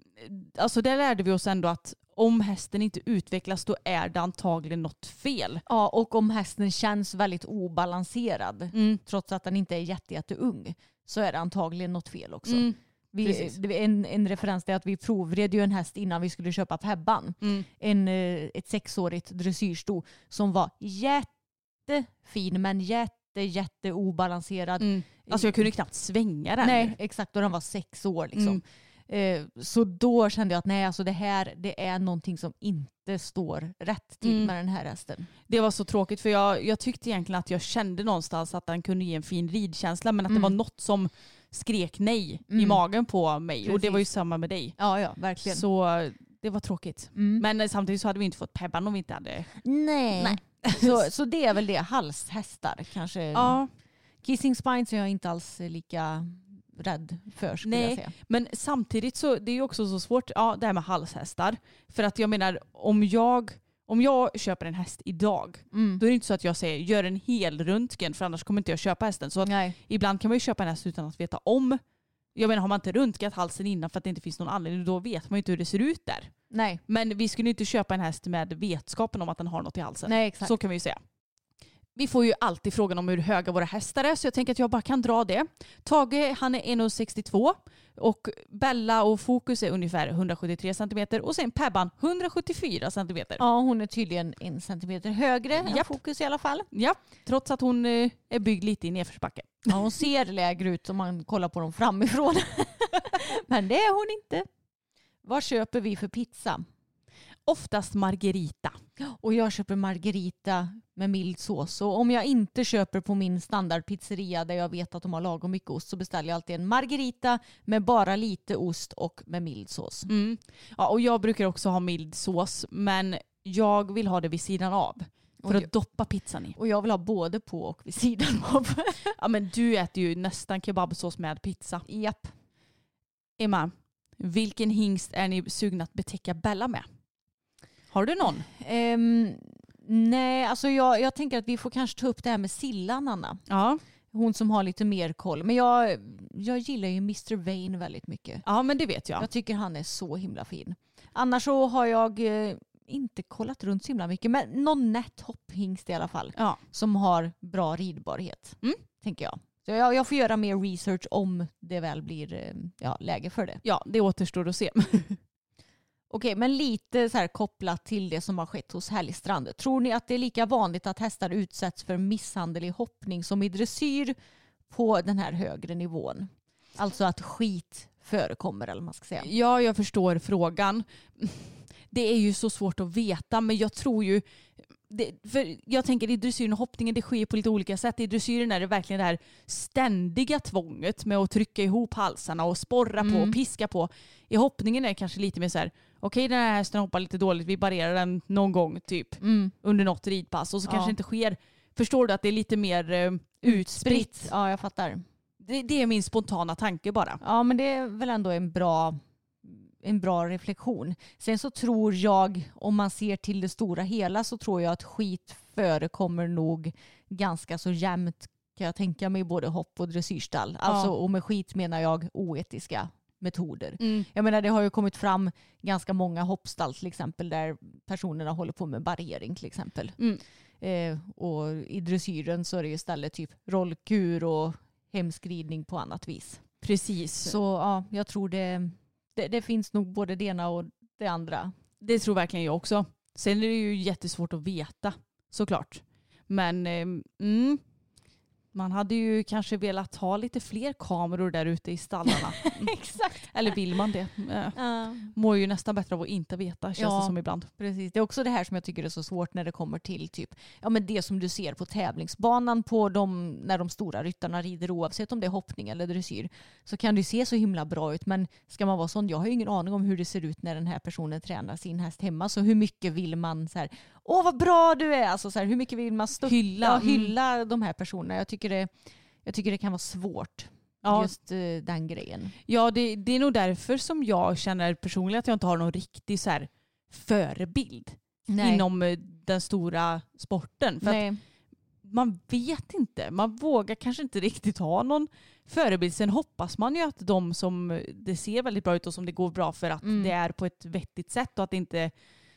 alltså där lärde vi oss ändå att om hästen inte utvecklas då är det antagligen något fel. Ja, och om hästen känns väldigt obalanserad Mm. trots att den inte är jätte, jätte ung så är det antagligen något fel också. Mm. Vi, Precis. det är en, en referens till att vi provred ju en häst innan vi skulle köpa Pebban. Mm. En, eh, ett sexårigt dressyrsto som var jättefin men jätte, jätte obalanserad. Mm. Alltså jag kunde knappt svänga den. Nej, exakt. Och den var sex år liksom. Eh, så då kände jag att nej, alltså det här det är någonting som inte står rätt till Mm. med den här hästen. Det var så tråkigt för jag, jag tyckte egentligen att jag kände någonstans att den kunde ge en fin ridkänsla men att Mm. det var något som skrek nej i Mm. magen på mig. Och det Precis. var ju samma med dig. Ja, ja, verkligen. Så det var tråkigt. Mm. Men eh, samtidigt så hade vi inte fått Pebban om vi inte hade... nej. Nej. så, så det är väl det. Halshästar kanske. Ja, Kissing spines är jag inte alls lika rädd för skulle Nej. jag säga. men samtidigt så det är ju också så svårt, ja det här med halshästar. För att jag menar, om jag, om jag köper en häst idag, Mm. då är det inte så att jag säger gör en hel röntgen för annars kommer inte jag köpa hästen. Så att Nej. ibland kan man ju köpa en häst utan att veta om. Jag menar, har man inte röntgat halsen innan för att det inte finns någon anledning, då vet man ju inte hur det ser ut där. Nej. Men vi skulle inte köpa en häst med vetskapen om att den har något i halsen. Nej, exakt. Så kan vi ju säga. Vi får ju alltid frågan om hur höga våra hästar är så jag tänker att jag bara kan dra det. Tage han är en komma sextiotvå och Bella och Fokus är ungefär hundrasjuttiotre centimeter och sen Pebban hundrasjuttiofyra centimeter. Ja, hon är tydligen en centimeter högre än Japp. Fokus i alla fall. Ja, trots att hon eh, är byggd lite i nedförsbacke. Ja, hon ser lägre ut om man kollar på dem framifrån. Men det är hon inte. Vad köper vi för pizza? Oftast Margarita. Och jag köper margarita med mild sås. Och om jag inte köper på min standardpizzeria där jag vet att de har lagom mycket ost så beställer jag alltid en margarita med bara lite ost och med mild sås. Mm. Ja, och jag brukar också ha mild sås men jag vill ha det vid sidan av. För Och att doppa pizzan i. Och jag vill ha både på och vid sidan av. Ja men du äter ju nästan kebabsås med pizza. Japp. Emma, Vilken hingst är ni sugna att betäcka Bella med? Har du någon? Um, nej, alltså jag, jag tänker att vi får kanske ta upp det här med Sillan, Anna. Ja. Hon som har lite mer koll. Men jag, jag gillar ju mister Vane väldigt mycket. Ja, men det vet jag. Jag tycker han är så himla fin. Annars så har jag eh, inte kollat runt så himla mycket. Men någon nätt hopphingst i alla fall. Ja. Som har bra ridbarhet. Mm. Tänker jag. Så jag, jag får göra mer research om det väl blir eh, ja, läge för det. Ja, det återstår att se. Okej, men lite så här kopplat till det som har skett hos Härligstrand. Tror ni att det är lika vanligt att hästar utsätts för misshandel i hoppning som i dressyr på den här högre nivån? Alltså att skit förekommer, eller vad man ska säga. Ja, jag förstår frågan. Det är ju så svårt att veta, men jag tror ju... Det, för jag tänker i dressyren och hoppningen, det sker på lite olika sätt. I dressyren är det verkligen det här ständiga tvånget med att trycka ihop halsarna och sporra mm. på och piska på. I hoppningen är det kanske lite mer så här, okej, den här hästen hoppar lite dåligt, vi barrerar den någon gång typ mm. under något ridpass och så ja. kanske det inte sker. Förstår du att det är lite mer uh, utspritt? Ja, jag fattar. Det, det är min spontana tanke bara. Ja, men det är väl ändå en bra... en bra reflektion. Sen så tror jag, om man ser till det stora hela, så tror jag att skit förekommer nog ganska så jämnt, kan jag tänka mig, både hopp och dressyrstall. Ja. Alltså, och med skit menar jag oetiska metoder. Mm. Jag menar, det har ju kommit fram ganska många hoppstall till exempel där personerna håller på med barriering till exempel. Mm. Eh, och i dressyren så är det ju istället typ rollkur och hemskridning på annat vis. Precis. Så ja, jag tror det Det, det finns nog både det ena och det andra. Det tror verkligen jag också. Sen är det ju jättesvårt att veta, såklart. Men eh, mm, man hade ju kanske velat ha lite fler kameror där ute i stallarna. Exakt. Eller vill man det? Uh. Mår ju nästan bättre av att inte veta, känns ja, det som ibland. Precis. Det är också det här som jag tycker är så svårt när det kommer till typ, ja, men det som du ser på tävlingsbanan på de, när de stora ryttarna rider, oavsett om det är hoppning eller dressyr, så kan det se så himla bra ut. Men ska man vara sån, jag har ju ingen aning om hur det ser ut när den här personen tränar sin häst hemma. Så hur mycket vill man så här, åh vad bra du är, alltså så här, hur mycket vill man stötta, hylla, mm. hylla de här personerna? Jag tycker det, jag tycker det kan vara svårt. Ja. Just uh, den grejen. Ja, det, det är nog därför som jag känner personligen att jag inte har någon riktig så här förebild Nej. inom uh, den stora sporten. För att man vet inte. Man vågar kanske inte riktigt ha någon förebild. Sen hoppas man ju att de som det ser väldigt bra ut och som det går bra för att mm. det är på ett vettigt sätt och att det inte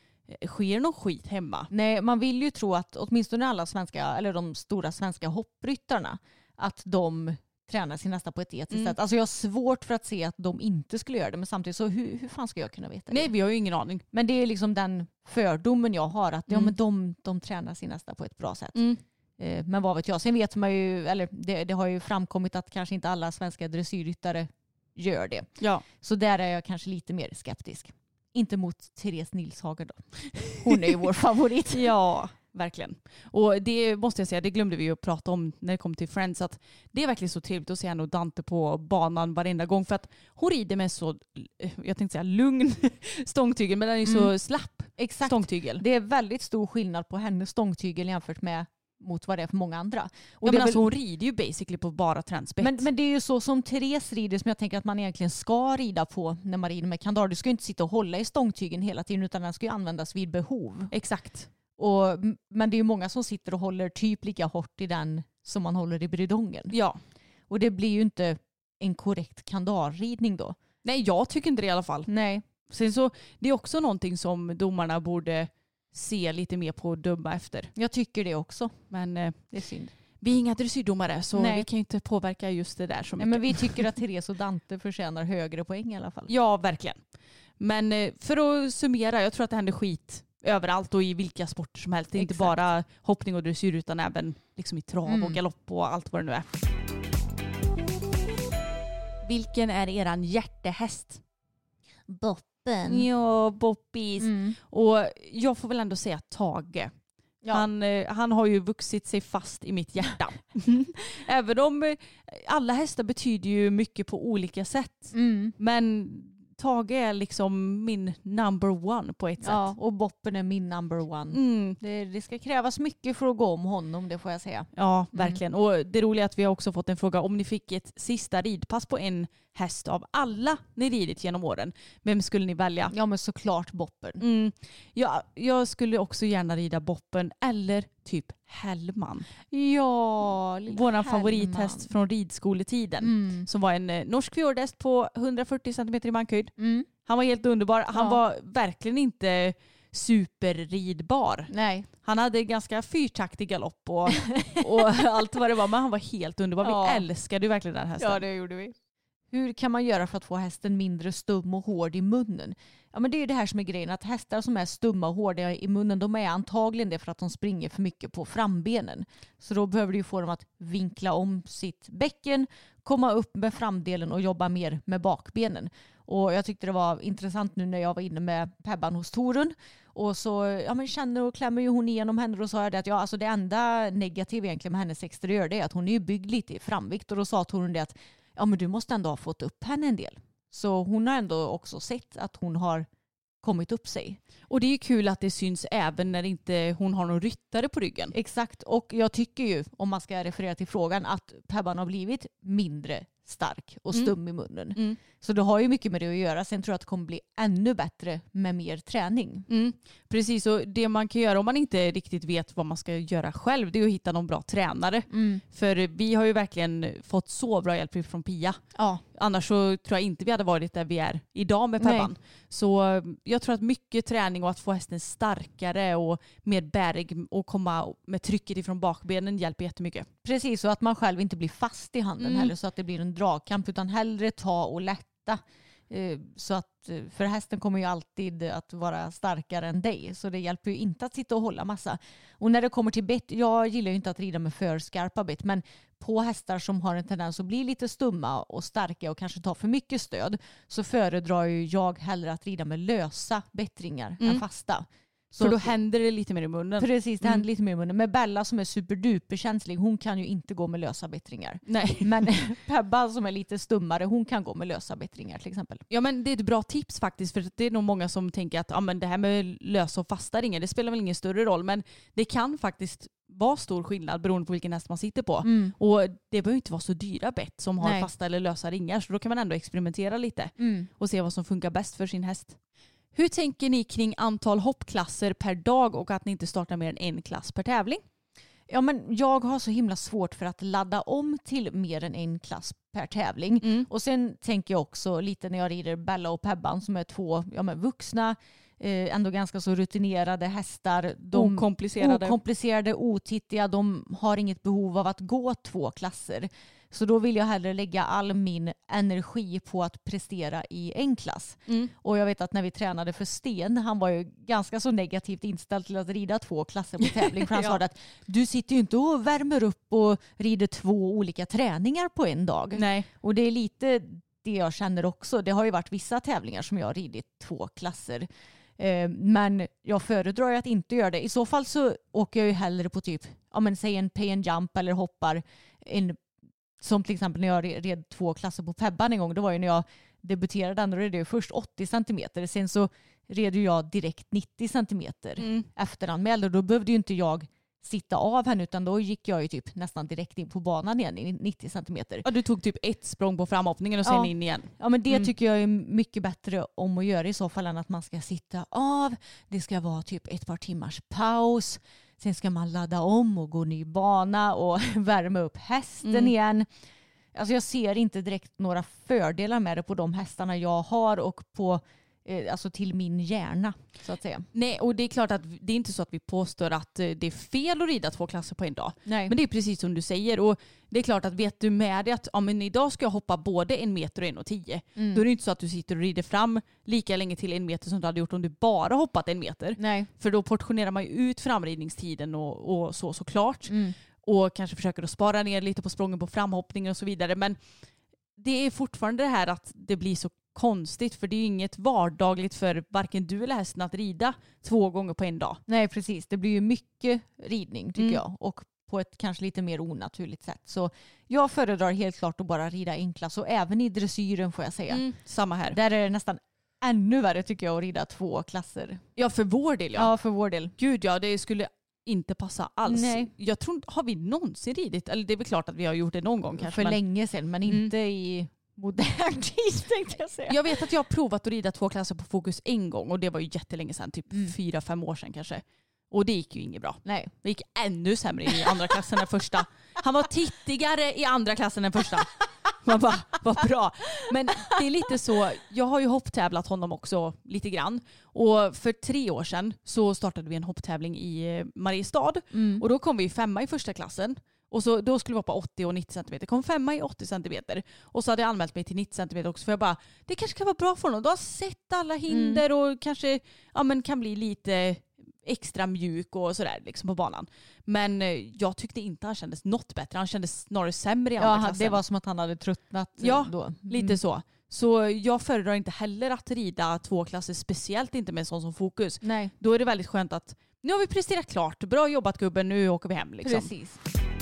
sker någon skit hemma. Nej, man vill ju tro att åtminstone alla svenska, eller de stora svenska hoppryttarna, att de tränar sin hästar på ett etiskt mm. sätt. Alltså jag har svårt för att se att de inte skulle göra det, men samtidigt så hur, hur fan ska jag kunna veta det? Nej, vi har ju ingen aning. Men det är liksom den fördomen jag har, att mm. ja, men de, de tränar sin hästar på ett bra sätt. Mm. Eh, men vad vet jag? Sen vet man ju, eller det, det har ju framkommit att kanske inte alla svenska dressyrryttare gör det. Ja. Så där är jag kanske lite mer skeptisk. Inte mot Therese Nilshager då. Hon är ju vår favorit. Ja, verkligen. Och det måste jag säga, det glömde vi ju att prata om när det kom till Friends, att det är verkligen så trevligt att se henne och Dante på banan varenda gång, för att hon rider med så, jag tänkte säga lugn stångtygel, men den är så mm. slapp. Exakt. Stångtygel. Det är väldigt stor skillnad på hennes stångtygel jämfört med mot vad det är för många andra. Och ja, det men alltså väl... hon rider ju basically på bara tränspett. Men, men det är ju så som Therese rider som jag tänker att man egentligen ska rida på när man rider med kandar. Du ska ju inte sitta och hålla i stångtygen hela tiden, utan den ska ju användas vid behov. Exakt. Och, men det är ju många som sitter och håller typ lika hårt i den som man håller i bridongen. Ja. Och det blir ju inte en korrekt kandarridning då. Nej, jag tycker inte det i alla fall. Nej. Sen så, det är också någonting som domarna borde se lite mer på och döma efter. Jag tycker det också. Men eh, det är synd. Vi är inga dressyrdomare, så Nej. vi kan ju inte påverka just det där så mycket. Nej, men vi tycker att Therese och Dante förtjänar högre poäng i alla fall. Ja, verkligen. Men eh, för att summera, jag tror att det händer skit överallt och i vilka sporter som helst. Det är Exakt. inte bara hoppning och dressyr utan även liksom i trav mm. och galopp och allt vad det nu är. Vilken är eran hjärtehäst? Boppen. Ja, Boppis. Mm. Och jag får väl ändå säga Tage. Ja. Han, han har ju vuxit sig fast i mitt hjärta. Även om alla hästar betyder ju mycket på olika sätt. Mm. Men Tage är liksom min number one på ett sätt. Ja, och Boppen är min number one. Mm. Det, det ska krävas mycket för att gå om honom, det får jag säga. Ja, verkligen. Mm. Och det roliga är att vi har också fått en fråga om ni fick ett sista ridpass på en häst av alla ni ridit genom åren. Vem skulle ni välja? Ja, men såklart Boppen. Mm. Ja, jag skulle också gärna rida Boppen eller typ Hellman. Ja, våran favorithäst från ridskoletiden. Mm. Som var en eh, norsk fjordhäst på hundrafyrtio centimeter i mankhöjd. Mm. Han var helt underbar. Han ja. var verkligen inte superridbar. Nej. Han hade ganska fyrtaktig galopp och, och allt vad det var. Men han var helt underbar. Ja. Vi älskade ju verkligen den hästen. Ja, det gjorde vi. Hur kan man göra för att få hästen mindre stum och hård i munnen? Ja, men det är ju det här som är grejen. Att hästar som är stumma och hårda i munnen, de är antagligen det för att de springer för mycket på frambenen. Så då behöver du ju få dem att vinkla om sitt bäcken, komma upp med framdelen och jobba mer med bakbenen. Och jag tyckte det var intressant nu när jag var inne med Pebban hos Torun. Och så ja, men känner och klämmer ju hon igenom henne och sa det att ja, alltså det enda negativa egentligen med hennes exteriör det är att hon är ju byggd lite i framvikt. Och då sa Torun det att ja, men du måste ändå ha fått upp henne en del. Så hon har ändå också sett att hon har kommit upp sig. Och det är kul att det syns även när inte hon har någon ryttare på ryggen. Exakt. Och jag tycker ju, om man ska referera till frågan, att Pebban har blivit mindre stark och stum mm. i munnen. Mm. Så det har ju mycket med det att göra. Sen tror jag att det kommer bli ännu bättre med mer träning. Mm. Precis, och det man kan göra om man inte riktigt vet vad man ska göra själv, det är att hitta någon bra tränare. Mm. För vi har ju verkligen fått så bra hjälp från Pia. Ja. Annars så tror jag inte vi hade varit där vi är idag med Pebban. Nej. Så jag tror att mycket träning och att få hästen starkare och mer bärg och komma med trycket ifrån bakbenen hjälper jättemycket. Precis, så att man själv inte blir fast i handen mm. heller så att det blir en dragkamp, utan hellre ta och lätta. Så att, för hästen kommer ju alltid att vara starkare än dig. Så det hjälper ju inte att sitta och hålla massa. Och när det kommer till bett, jag gillar ju inte att rida med för skarpa bett. Men på hästar som har en tendens att bli lite stumma och starka och kanske ta för mycket stöd, så föredrar ju jag hellre att rida med lösa bettringar mm. än fasta. Så för då händer det lite mer i munnen. Precis, det mm. händer lite mer i munnen. Med Bella som är superduper känslig, hon kan ju inte gå med lösa bettringar. Nej. Men Pebba som är lite stummare, hon kan gå med lösa bettringar till exempel. Ja, men det är ett bra tips faktiskt, för det är nog många som tänker att ja, men det här med lösa och fasta ringar, det spelar väl ingen större roll, men det kan faktiskt vara stor skillnad beroende på vilken häst man sitter på. Mm. Och det behöver inte vara så dyra bett som har Nej. fasta eller lösa ringar, så då kan man ändå experimentera lite mm. och se vad som funkar bäst för sin häst. Hur tänker ni kring antal hoppklasser per dag och att ni inte startar mer än en klass per tävling? Ja, men jag har så himla svårt för att ladda om till mer än en klass per tävling. Mm. Och sen tänker jag också lite när jag rider Bella och Pebban som är två ja, men vuxna, eh, ändå ganska så rutinerade hästar. De, okomplicerade. Okomplicerade, otittiga. De har inget behov av att gå två klasser. Så då vill jag hellre lägga all min energi på att prestera i en klass. Mm. Och jag vet att när vi tränade för Sten, han var ju ganska så negativt inställd till att rida två klasser på tävling. För han ja. sa att du sitter ju inte och värmer upp och rider två olika träningar på en dag. Nej. Och det är lite det jag känner också. Det har ju varit vissa tävlingar som jag har ridit två klasser. Men jag föredrar ju att inte göra det. I så fall så åker jag ju hellre på typ, ja men säg en pay and jump eller hoppar en. Som till exempel när jag red två klasser på Pebban en gång. Det var ju när jag debuterade. Då red jag först åttio centimeter. Sen så red jag direkt nittio centimeter mm. efteranmäld. Och då behövde ju inte jag sitta av henne. Utan då gick jag ju typ nästan direkt in på banan igen i nittio centimeter. Ja, du tog typ ett språng på framhoppningen och sen ja. in igen. Ja, men det mm. tycker jag är mycket bättre om att göra i så fall än att man ska sitta av. Det ska vara typ ett par timmars paus. Sen ska man ladda om och gå ny bana och värma upp hästen mm. igen. Alltså jag ser inte direkt några fördelar med det på de hästarna jag har och på eh, alltså till min hjärna så att säga. Nej, och det är klart att det är inte så att vi påstår att det är fel att rida två klasser på en dag. Nej. Men det är precis som du säger, och det är klart att vet du med dig att ja, men idag ska jag hoppa både en meter och en och tio. Mm. Då är det inte så att du sitter och rider fram lika länge till en meter som du hade gjort om du bara hoppat en meter. Nej. För då portionerar man ju ut framridningstiden och, och så såklart. Mm. Och kanske försöker att spara ner lite på sprången på framhoppningen och så vidare. Men det är fortfarande det här att det blir så konstigt, för det är ju inget vardagligt för varken du eller hästen att rida två gånger på en dag. Nej, precis. Det blir ju mycket ridning tycker mm. jag, och på ett kanske lite mer onaturligt sätt. Så jag föredrar helt klart att bara rida enkla, så även i dressyren får jag säga. Mm, samma här. Där är det nästan ännu värre tycker jag att rida två klasser. Ja, för vår del ja. Ja, för vår del. Gud ja, det skulle inte passa alls. Nej. Jag tror inte, har vi någonsin ridit? Eller det är väl klart att vi har gjort det någon gång kanske. För men... länge sedan, men inte mm. i modern tid tänkte jag säga. Jag vet att jag har provat att rida två klasser på Fokus en gång och det var ju jättelänge sedan, typ mm. fyra, fem år sedan kanske. Och det gick ju inget bra. Nej. Det gick ännu sämre i andra klassen än första. Han var tittigare i andra klassen än första. Man bara, vad bra. Men det är lite så, jag har ju hopptävlat honom också lite grann. Och för tre år sedan så startade vi en hopptävling i Mariestad. Mm. Och då kom vi femma i första klassen. Och så, då skulle vi vara på åttio och nittio centimeter. Kom femma i åttio centimeter. Och så hade jag anmält mig till nittio centimeter också. För jag bara, det kanske kan vara bra för honom. Du har sett alla hinder mm. och kanske ja, men kan bli lite extra mjuk och sådär liksom på banan. Men jag tyckte inte han kändes något bättre. Han kändes snarare sämre i andra ja, klassen. Det var som att han hade tröttnat ja, då. Mm. lite så. Så jag föredrar inte heller att rida två klasser, speciellt inte med en sån som Fokus. Nej. Då är det väldigt skönt att nu har vi presterat klart. Bra jobbat gubben, nu åker vi hem. Liksom. Precis.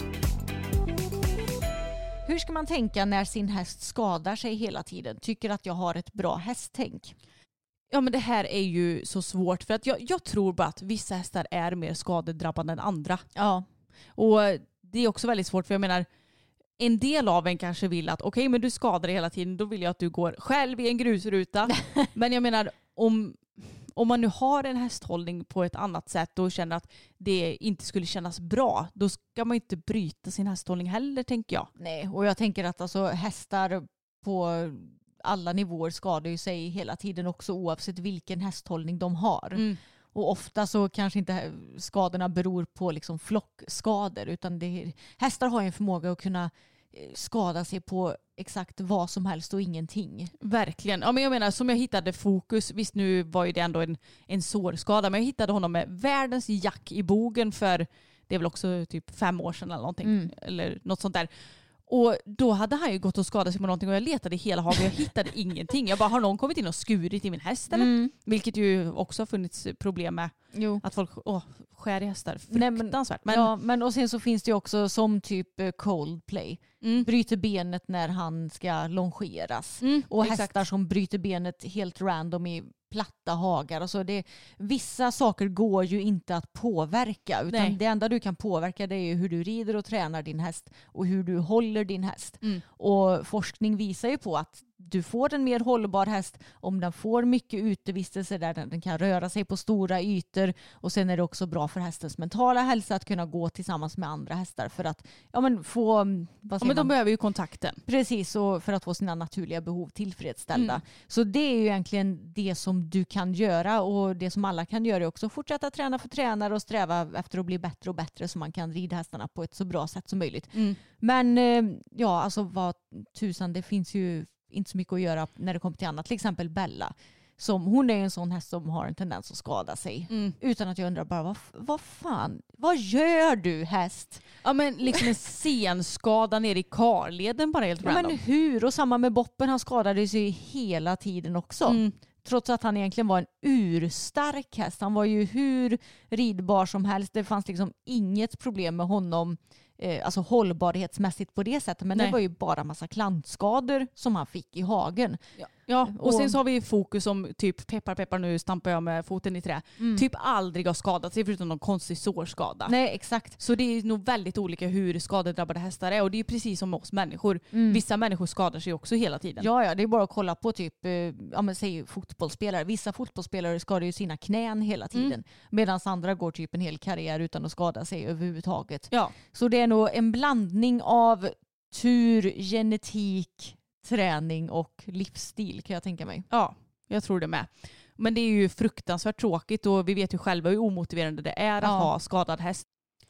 Hur ska man tänka när sin häst skadar sig hela tiden? Tycker att jag har ett bra hästtänk? Ja, men det här är ju så svårt för att jag, jag tror bara att vissa hästar är mer skadedrabbade än andra. Ja. Och det är också väldigt svårt för jag menar en del av en kanske vill att okej okay, men du skadar dig hela tiden, då vill jag att du går själv i en grusruta. Men jag menar om, om man nu har en hästhållning på ett annat sätt och känner att det inte skulle kännas bra, då ska man inte bryta sin hästhållning heller, tänker jag. Nej, och jag tänker att alltså hästar på alla nivåer skadar ju sig hela tiden också oavsett vilken hästhållning de har. Mm. Och ofta så kanske inte skadorna beror på liksom flockskador utan det, hästar har ju en förmåga att kunna skada sig på exakt vad som helst och ingenting. Verkligen. Ja, men jag menar som jag hittade Fokus, visst nu var ju det ändå en, en sårskada, men jag hittade honom med världens jack i bogen för det är väl också typ fem år sedan eller någonting. Mm. Eller något sånt där. Och då hade han ju gått och skadat sig på någonting och jag letade hela hagen och jag hittade ingenting. Jag bara, har någon kommit in och skurit i min häst eller? Mm. Vilket ju också har funnits problem med. Jo. Att folk åh, skär i hästar. Fruktansvärt. Men, ja, men och sen så finns det ju också som typ Coldplay. Mm. Bryter benet när han ska longeras. Mm, och exakt. Hästar som bryter benet helt random i platta hagar. Alltså det, vissa saker går ju inte att påverka. Utan Nej. Det enda du kan påverka det är ju hur du rider och tränar din häst. Och hur du håller din häst. Mm. Och forskning visar ju på att du får en mer hållbar häst om den får mycket utevistelse där den kan röra sig på stora ytor. Och sen är det också bra för hästens mentala hälsa att kunna gå tillsammans med andra hästar för att ja, men få... Vad ja, men de behöver ju kontakten. Precis, och för att få sina naturliga behov tillfredsställda. Mm. Så det är ju egentligen det som du kan göra och det som alla kan göra är också fortsätta träna för tränare och sträva efter att bli bättre och bättre så man kan rida hästarna på ett så bra sätt som möjligt. Mm. Men ja, alltså vad tusan, det finns ju inte så mycket att göra när det kommer till annat. Till exempel Bella. Som, hon är en sån häst som har en tendens att skada sig. Mm. Utan att jag undrar bara, vad, vad fan, vad gör du häst? Ja men liksom en senskada ner i karleden bara helt ja, random. Men hur? Och samma med Boppen, han skadade sig hela tiden också. Mm. Trots att han egentligen var en urstark häst. Han var ju hur ridbar som helst. Det fanns liksom inget problem med honom. Eh, alltså hållbarhetsmässigt på det sättet. Men Nej. Det var ju bara massa klantskador som han fick i hagen. Ja, ja och, och sen så har vi Fokus som typ peppar peppar nu stampar jag med foten i trä. Mm. Typ aldrig har skadat sig förutom någon konstig sårskada. Nej, exakt. Så det är nog väldigt olika hur skadedrabbade hästar är. Och det är precis som med oss människor. Mm. Vissa människor skadar sig också hela tiden. Ja, ja, det är bara att kolla på typ eh, ja, men säg fotbollsspelare. Vissa fotbollsspelare skadar ju sina knän hela tiden. Mm. Medan andra går typ en hel karriär utan att skada sig överhuvudtaget. Ja. Så det är nog en blandning av tur, genetik, träning och livsstil kan jag tänka mig. Ja, jag tror det med. Men det är ju fruktansvärt tråkigt och vi vet ju själva hur omotiverande det är att ja. ha skadad häst.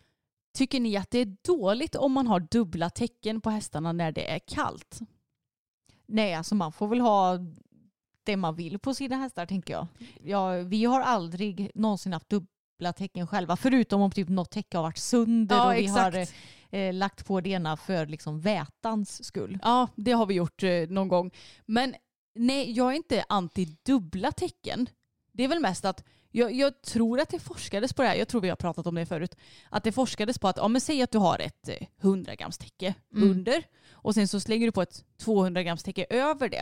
Tycker ni att det är dåligt om man har dubbla tecken på hästarna när det är kallt? Nej, alltså man får väl ha det man vill på sina hästar tänker jag. Ja, vi har aldrig någonsin haft dubbla tecken själva förutom om typ något täcke har varit sönder ja, och vi exakt. har eh, lagt på det ena för liksom vätans skull. Ja, det har vi gjort eh, någon gång. Men nej, jag är inte anti-dubbla tecken. Det är väl mest att jag, jag tror att det forskades på det här. Jag tror vi har pratat om det förut. Att det forskades på att om man säger att du har ett hundra grams täcke mm. under och sen så slänger du på ett tvåhundra grams täcke över det.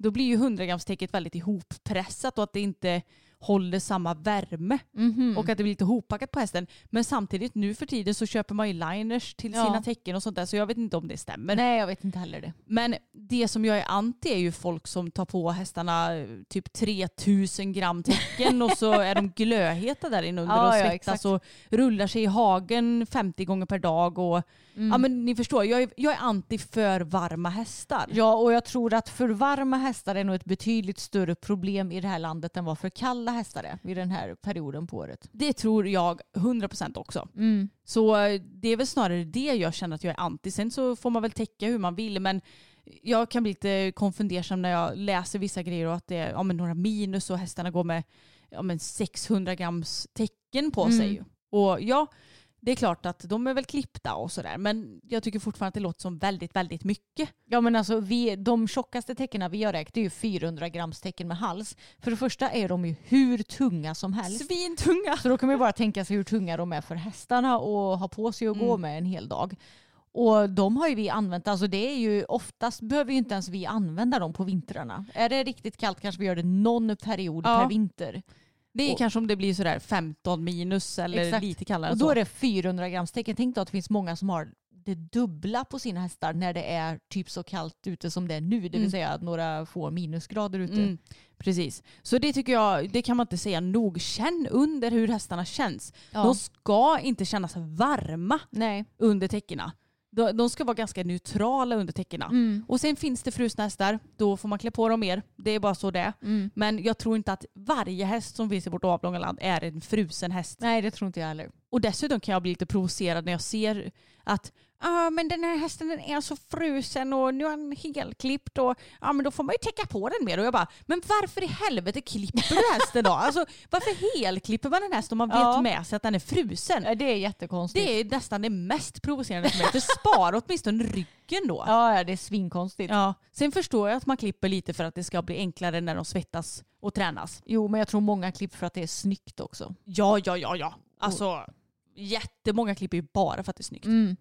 då blir ju hundra gramstäcket väldigt ihoppressat och att det inte håller samma värme. Mm-hmm. Och att det blir lite hoppackat på hästen. Men samtidigt nu för tiden så köper man ju liners till ja. sina täcken och sånt där. Så jag vet inte om det stämmer. Nej, jag vet inte heller det. Men det som jag är anti är ju folk som tar på hästarna typ tre tusen gram täcken och så är de glödheta där inne under ja, och ja, svettas exakt. och rullar sig i hagen femtio gånger per dag. Och, mm. ja, men ni förstår, jag är, jag är anti för varma hästar. Ja, och jag tror att för varma hästar är nog ett betydligt större problem i det här landet än vad för kalla hästar är vid den här perioden på året. Det tror jag hundra procent också. Mm. Så det är väl snarare det jag känner att jag är anti. Sen så får man väl täcka hur man vill, men jag kan bli lite konfundersam när jag läser vissa grejer och att det är ja, men några minus och hästarna går med ja, men sexhundra grams täcken på mm. sig. Och ja, det är klart att de är väl klippta och sådär, men jag tycker fortfarande att det låter som väldigt, väldigt mycket. Ja, men alltså vi, de tjockaste täckena vi har räknat är ju fyrahundra grams täcken med hals. För det första är de ju hur tunga som helst. Svintunga! Så då kan man ju bara tänka sig hur tunga de är för hästarna och ha på sig och gå Mm. med en hel dag. Och de har ju vi använt, alltså det är ju oftast behöver ju inte ens vi använda dem på vintrarna. Är det riktigt kallt kanske vi gör det någon period Ja. per vinter. Det är och, kanske om det blir sådär femton minus eller exakt. lite kallare. Och då så. är det fyrahundra grams täcken. Tänk då att det finns många som har det dubbla på sina hästar när det är typ så kallt ute som det är nu. Det vill Mm. säga några få minusgrader ute. Mm, precis. Så det tycker jag, det kan man inte säga nog. Känn under hur hästarna känns. Ja. De ska inte kännas varma Nej. under täckena. De, de ska vara ganska neutrala under täckena. Mm. Och sen finns det frusna hästar, då får man klä på dem mer. Det är bara så det är. Mm. Men jag tror inte att varje häst som finns i vårt avlånga land är en frusen häst. Nej, det tror inte jag heller. Och dessutom kan jag bli lite provocerad när jag ser att ah, men den här hästen den är så frusen och nu är han helklippt och ah, men då får man ju täcka på den mer. Och jag bara, men varför i helvete klipper du hästen då? Alltså, varför helklipper man en häst om man vet Ja. med sig att den är frusen? Ja, det är jättekonstigt. Det är nästan det mest provocerande för mig. För spara åtminstone ryggen då. Ja, ja, det är svinkonstigt. Ja. Sen förstår jag att man klipper lite för att det ska bli enklare när de svettas och tränas. Jo, men jag tror många klipper för att det är snyggt också. Ja, ja, ja, ja. Alltså, jättemånga klipper ju bara för att det är snyggt. Mm.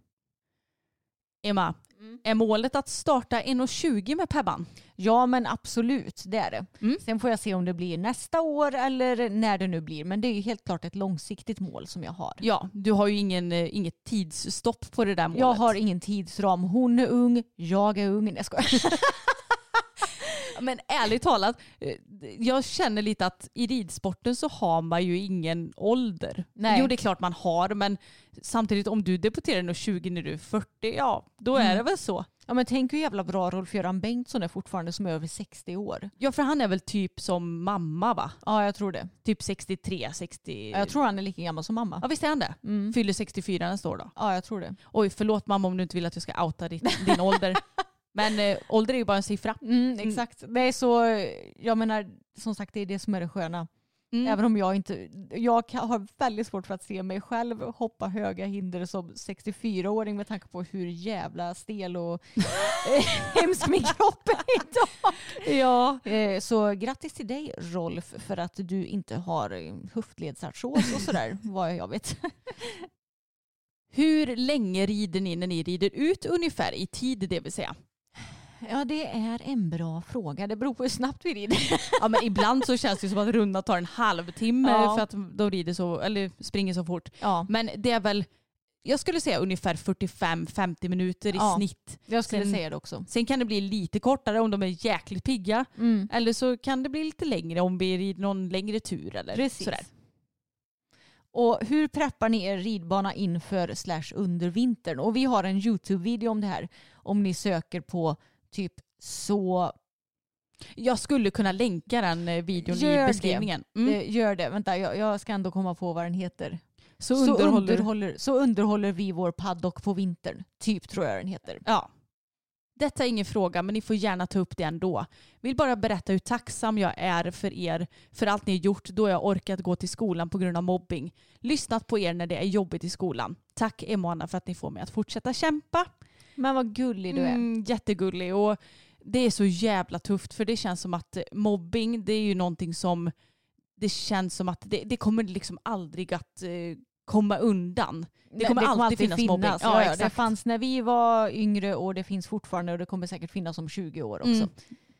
Emma, Mm. är målet att starta en tjugo med Pebban? Ja, men absolut, det är det. Mm. Sen får jag se om det blir nästa år eller när det nu blir. Men det är ju helt klart ett långsiktigt mål som jag har. Ja, du har ju ingen, eh, inget tidsstopp på det där målet. Jag har ingen tidsram. Hon är ung, jag är ung. Jag skojar. Men ärligt talat, eh, jag känner lite att i ridsporten så har man ju ingen ålder. Nej. Jo, det är klart man har, men samtidigt om du debuterar tjugo när du är fyrtio, ja, då är Mm. det väl så. Ja, men tänk hur jävla bra Rolf-Göran Bengtsson är fortfarande som är över sextio år. Ja, för han är väl typ som mamma, va? Ja, jag tror det. Typ sextiotre, sextio... Ja, jag tror han är lika gammal som mamma. Ja, visst är han det? Mm. Fyller sextiofyra nästa år då. Ja, jag tror det. Oj, förlåt mamma om du inte vill att jag ska outa din, din ålder. Men eh, ålder är ju bara en siffra. Mm, exakt. Det är så, jag menar, som sagt, det är det som är det sköna. Mm. Även om jag inte, jag kan, har väldigt svårt för att se mig själv hoppa höga hinder som sextiofyraåring med tanke på hur jävla stel och hemsk min kropp är idag. Ja. Eh, Så grattis till dig Rolf för att du inte har eh, höftledsartros och sådär, vad jag vet. Hur länge rider ni när ni rider ut ungefär i tid, det vill säga? Ja, det är en bra fråga. Det beror på hur snabbt vi rider. Ja, men ibland så känns det som att runda tar en halvtimme Ja. för att de rider så, eller springer så fort. Ja, Men det är väl, jag skulle säga ungefär fyrtiofem till femtio minuter i Ja. snitt. jag skulle Sen- säga det också. Sen kan det bli lite kortare om de är jäkligt pigga. Mm. Eller så kan det bli lite längre om vi rider någon längre tur eller Precis. sådär. Och hur preppar ni er ridbana inför slash under vintern? Och vi har en YouTube-video om det här. Om ni söker på typ så... Jag skulle kunna länka den eh, videon Gör i det. beskrivningen. Mm. Eh, gör det. Vänta, jag, jag ska ändå komma på vad den heter. Så, Så underhåller... underhåller, så underhåller vi vår paddock på vintern. Typ tror jag den heter. Ja. Detta är ingen fråga, men ni får gärna ta upp det ändå. Vill bara berätta hur tacksam jag är för er, för allt ni har gjort då jag orkat gå till skolan på grund av mobbing. Lyssnat på er när det är jobbigt i skolan. Tack Emma och Anna för att ni får mig att fortsätta kämpa. Men vad gullig du är. Mm, jättegullig, och det är så jävla tufft för det känns som att mobbing, det är ju någonting som det känns som att det, det kommer liksom aldrig att eh, komma undan. Det kommer, Nej, alltid finnas mobbing. Ja, Ja, ja, det exakt. fanns när vi var yngre och det finns fortfarande och det kommer säkert finnas om tjugo år också. Mm.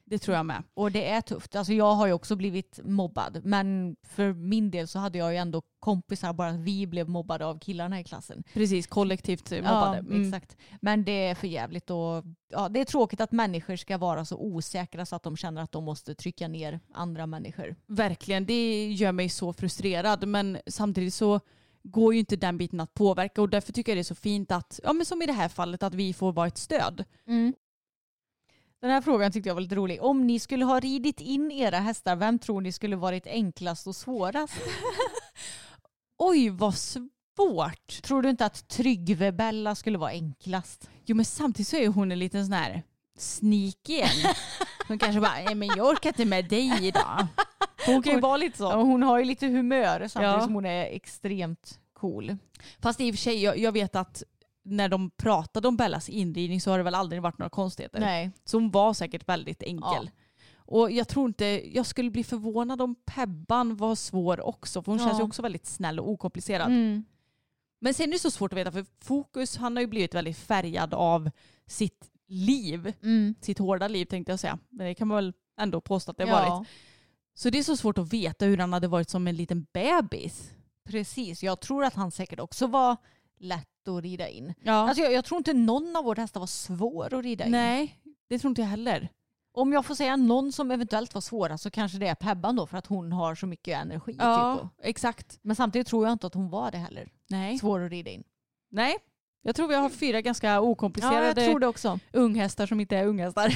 Det tror jag med. Och det är tufft. Alltså jag har ju också blivit mobbad. Men för min del så hade jag ju ändå kompisar, bara att vi blev mobbade av killarna i klassen. Precis, kollektivt mobbade. Ja, mm. exakt. Men det är för jävligt och ja, det är tråkigt att människor ska vara så osäkra så att de känner att de måste trycka ner andra människor. Verkligen, det gör mig så frustrerad. Men samtidigt så går ju inte den biten att påverka och därför tycker jag det är så fint att, ja men som i det här fallet, att vi får vara ett stöd. Mm. Den här frågan tyckte jag var lite rolig. Om ni skulle ha ridit in era hästar, vem tror ni skulle varit enklast och svårast? Oj, vad svårt. Tror du inte att Tryggve Bella skulle vara enklast? Jo, men samtidigt så är hon en liten sån här sneaky igen. Hon kanske bara, nej men jag orkar inte med dig idag. Hon kan ju vara lite så. Ja, hon har ju lite humör samtidigt ja. som hon är extremt cool. Fast i och för sig, jag, jag vet att när de pratade om Bellas inridning så har det väl aldrig varit några konstigheter. Nej. Så hon var säkert väldigt enkel. Ja. Och jag tror inte, jag skulle bli förvånad om Pebban var svår också. För hon ja. känns ju också väldigt snäll och okomplicerad. Mm. Men sen är det så svårt att veta för Fokus, han har ju blivit väldigt färgad av sitt liv. Mm. Sitt hårda liv tänkte jag säga. Men det kan man väl ändå påstå att det har ja. varit. Så det är så svårt att veta hur han hade varit som en liten bebis. Precis, jag tror att han säkert också var lätt att rida in. Ja. Alltså jag, jag tror inte någon av våra hästar var svår att rida in. Nej, det tror inte jag heller. Om jag får säga någon som eventuellt var svåra så kanske det är Pebban då för att hon har så mycket energi. Ja, typ. exakt. Men samtidigt tror jag inte att hon var det heller. Nej. Svår att rida in. Nej, jag tror vi har fyra ganska okomplicerade ja, jag tror det också. unghästar som inte är unghästar.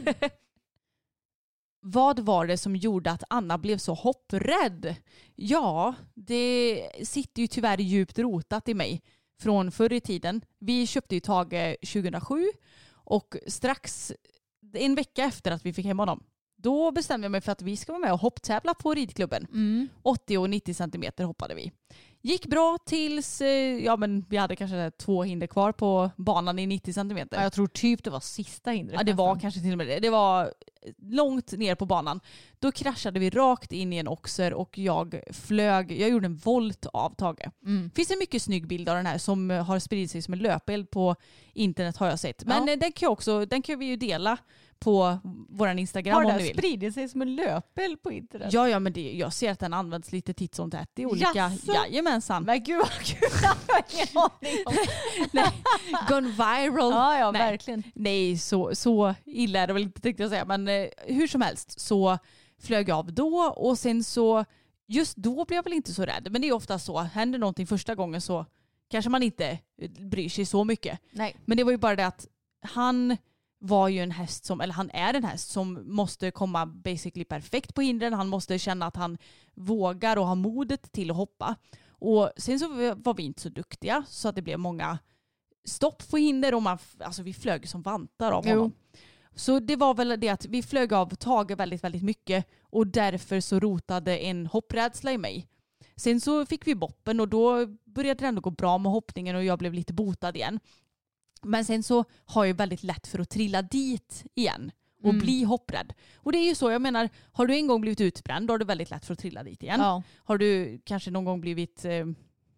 Vad var det som gjorde att Anna blev så hopprädd? Ja, det sitter ju tyvärr djupt rotat i mig från förr i tiden. Vi köpte ju Tage tjugohundrasju och strax en vecka efter att vi fick hem honom, då bestämde jag mig för att vi ska vara med och hopptävla på ridklubben. Mm. åttio och nittio centimeter hoppade vi. Gick bra tills ja, men vi hade kanske två hinder kvar på banan i nittio centimeter. Ja, jag tror typ det var sista hindret. Ja, det var kanske till och med det. Det var långt ner på banan. Då kraschade vi rakt in i en oxer och jag flög. Jag gjorde en volt av Tage. Mm. Finns en mycket snygg bild av den här som har spridit sig som en löpeld på internet har jag sett. Men ja. den kan jag också, den kan vi ju dela på våran Instagram har om ni vill. Har den spridit sig som en löpeld på internet? Ja, ja men det, jag ser att den används lite titt som tätt i olika... Jaså? Jajamensan. Men gud vad kul, jag har ingen aning om. Nej, gone viral. Ja, ja, Nej. verkligen. Nej, så, så illa är det väl inte tänkte jag säga. Men eh, hur som helst så flög jag av då och sen så just då blev jag väl inte så rädd. Men det är ofta så, händer någonting första gången så kanske man inte bryr sig så mycket. Nej. Men det var ju bara det att han var ju en häst som, eller han är en häst som måste komma basically perfekt på hindren. Han måste känna att han vågar och har modet till att hoppa. Och sen så var vi inte så duktiga så att det blev många stopp på hinder och man, alltså vi flög som vantar av honom. Jo. Så det var väl det att vi flög av Tage väldigt, väldigt mycket och därför så rotade en hopprädsla i mig. Sen så fick vi boppen och då började det ändå gå bra med hoppningen och jag blev lite botad igen. Men sen så har jag väldigt lätt för att trilla dit igen och mm. bli hopprädd. Och det är ju så, jag menar, har du en gång blivit utbränd då har du väldigt lätt för att trilla dit igen. Ja. Har du kanske någon gång blivit... Eh,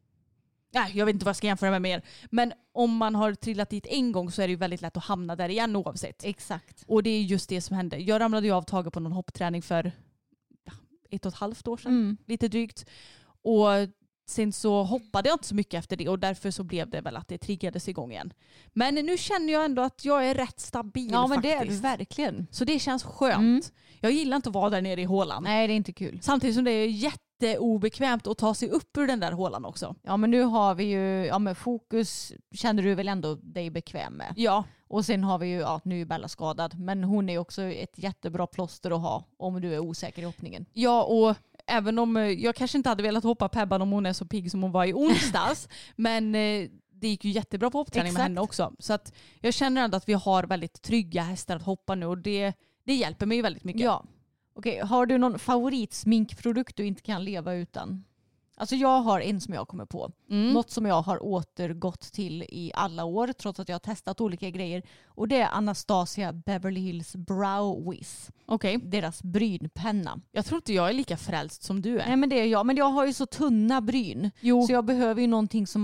nej, jag vet inte vad jag ska jämföra med mer. Men om man har trillat dit en gång så är det ju väldigt lätt att hamna där igen oavsett. Exakt. Och det är just det som hände. Jag ramlade ju av Tage på någon hoppträning för ja, ett och ett halvt år sedan. Mm. Lite drygt. Och sen så hoppade jag inte så mycket efter det och därför så blev det väl att det triggades igång igen. Men nu känner jag ändå att jag är rätt stabil ja, men faktiskt. det är du verkligen. Så det känns skönt. Mm. Jag gillar inte att vara där nere i hålan. Nej, det är inte kul. Samtidigt som det är jätteobekvämt att ta sig upp ur den där hålan också. Ja, men nu har vi ju, ja men Fokus känner du väl ändå dig bekväm med. Ja. Och sen har vi ju, ja nu är Bella skadad, men hon är också ett jättebra plåster att ha om du är osäker i hoppningen. Ja, och även om jag kanske inte hade velat hoppa Pebban om hon är så pigg som hon var i onsdags. men eh, det gick ju jättebra på hoppträning med henne också. Så att jag känner ändå att vi har väldigt trygga hästar att hoppa nu och det, det hjälper mig väldigt mycket. Ja. Okej, har du någon favoritsminkprodukt du inte kan leva utan? Alltså jag har en som jag kommer på. Mm. Något som jag har återgått till i alla år trots att jag har testat olika grejer. Och det är Anastasia Beverly Hills Brow Wiz. Okej. Deras brynpenna. Jag tror inte jag är lika frälst som du är. Nej men det är jag. Men jag har ju så tunna bryn. Jo. Så jag behöver ju någonting som man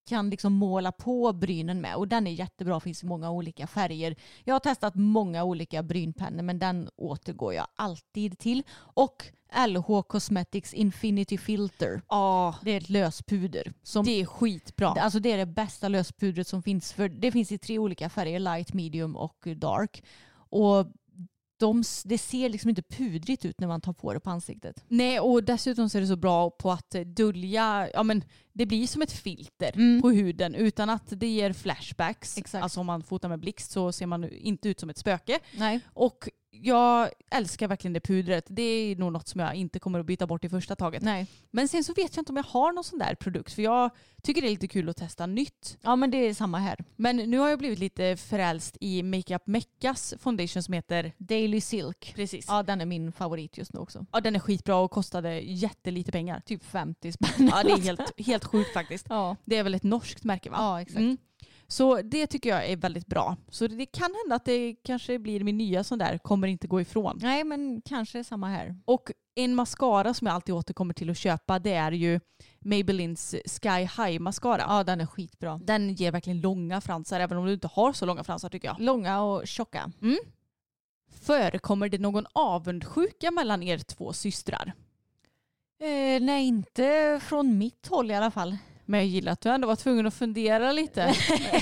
kan liksom måla på brynen med. Och den är jättebra, finns i många olika färger. Jag har testat många olika brynpennor, men den återgår jag alltid till. Och L H Cosmetics Infinity Filter. Ja, det är ett löspuder. Som, det är skitbra. Alltså det är det bästa löspudret som finns. För det finns i tre olika färger, light, medium och dark. Och de, det ser liksom inte pudrigt ut när man tar på det på ansiktet. Nej, och dessutom så är det så bra på att dölja, ja men det blir som ett filter Mm. på huden utan att det ger flashbacks. Exakt. Alltså om man fotar med blixt så ser man inte ut som ett spöke. Nej. Och jag älskar verkligen det pudret. Det är nog något som jag inte kommer att byta bort i första taget. Nej. Men sen så vet jag inte om jag har någon sån där produkt. För jag tycker det är lite kul att testa nytt. Ja, men det är samma här. Men nu har jag blivit lite frälst i Makeup Meccas foundation som heter Daily Silk. Precis. Ja, den är min favorit just nu också. Ja, den är skitbra och kostade jättelite pengar. Typ femtio spänn. Ja, det är helt, helt sjukt faktiskt. Ja. Det är väl ett norskt märke, va? Ja, exakt. Mm. Så det tycker jag är väldigt bra. Så det kan hända att det kanske blir min nya sån där. Kommer inte gå ifrån. Nej, men kanske samma här. Och en mascara som jag alltid återkommer till att köpa, det är ju Maybellines Sky High mascara. Ja, den är skitbra. Den ger verkligen långa fransar, även om du inte har så långa fransar tycker jag. Långa och tjocka. Mm. Förekommer det någon avundsjuka mellan er två systrar? Eh, nej, inte från mitt håll i alla fall. Men jag gillar att du ändå var tvungen att fundera lite.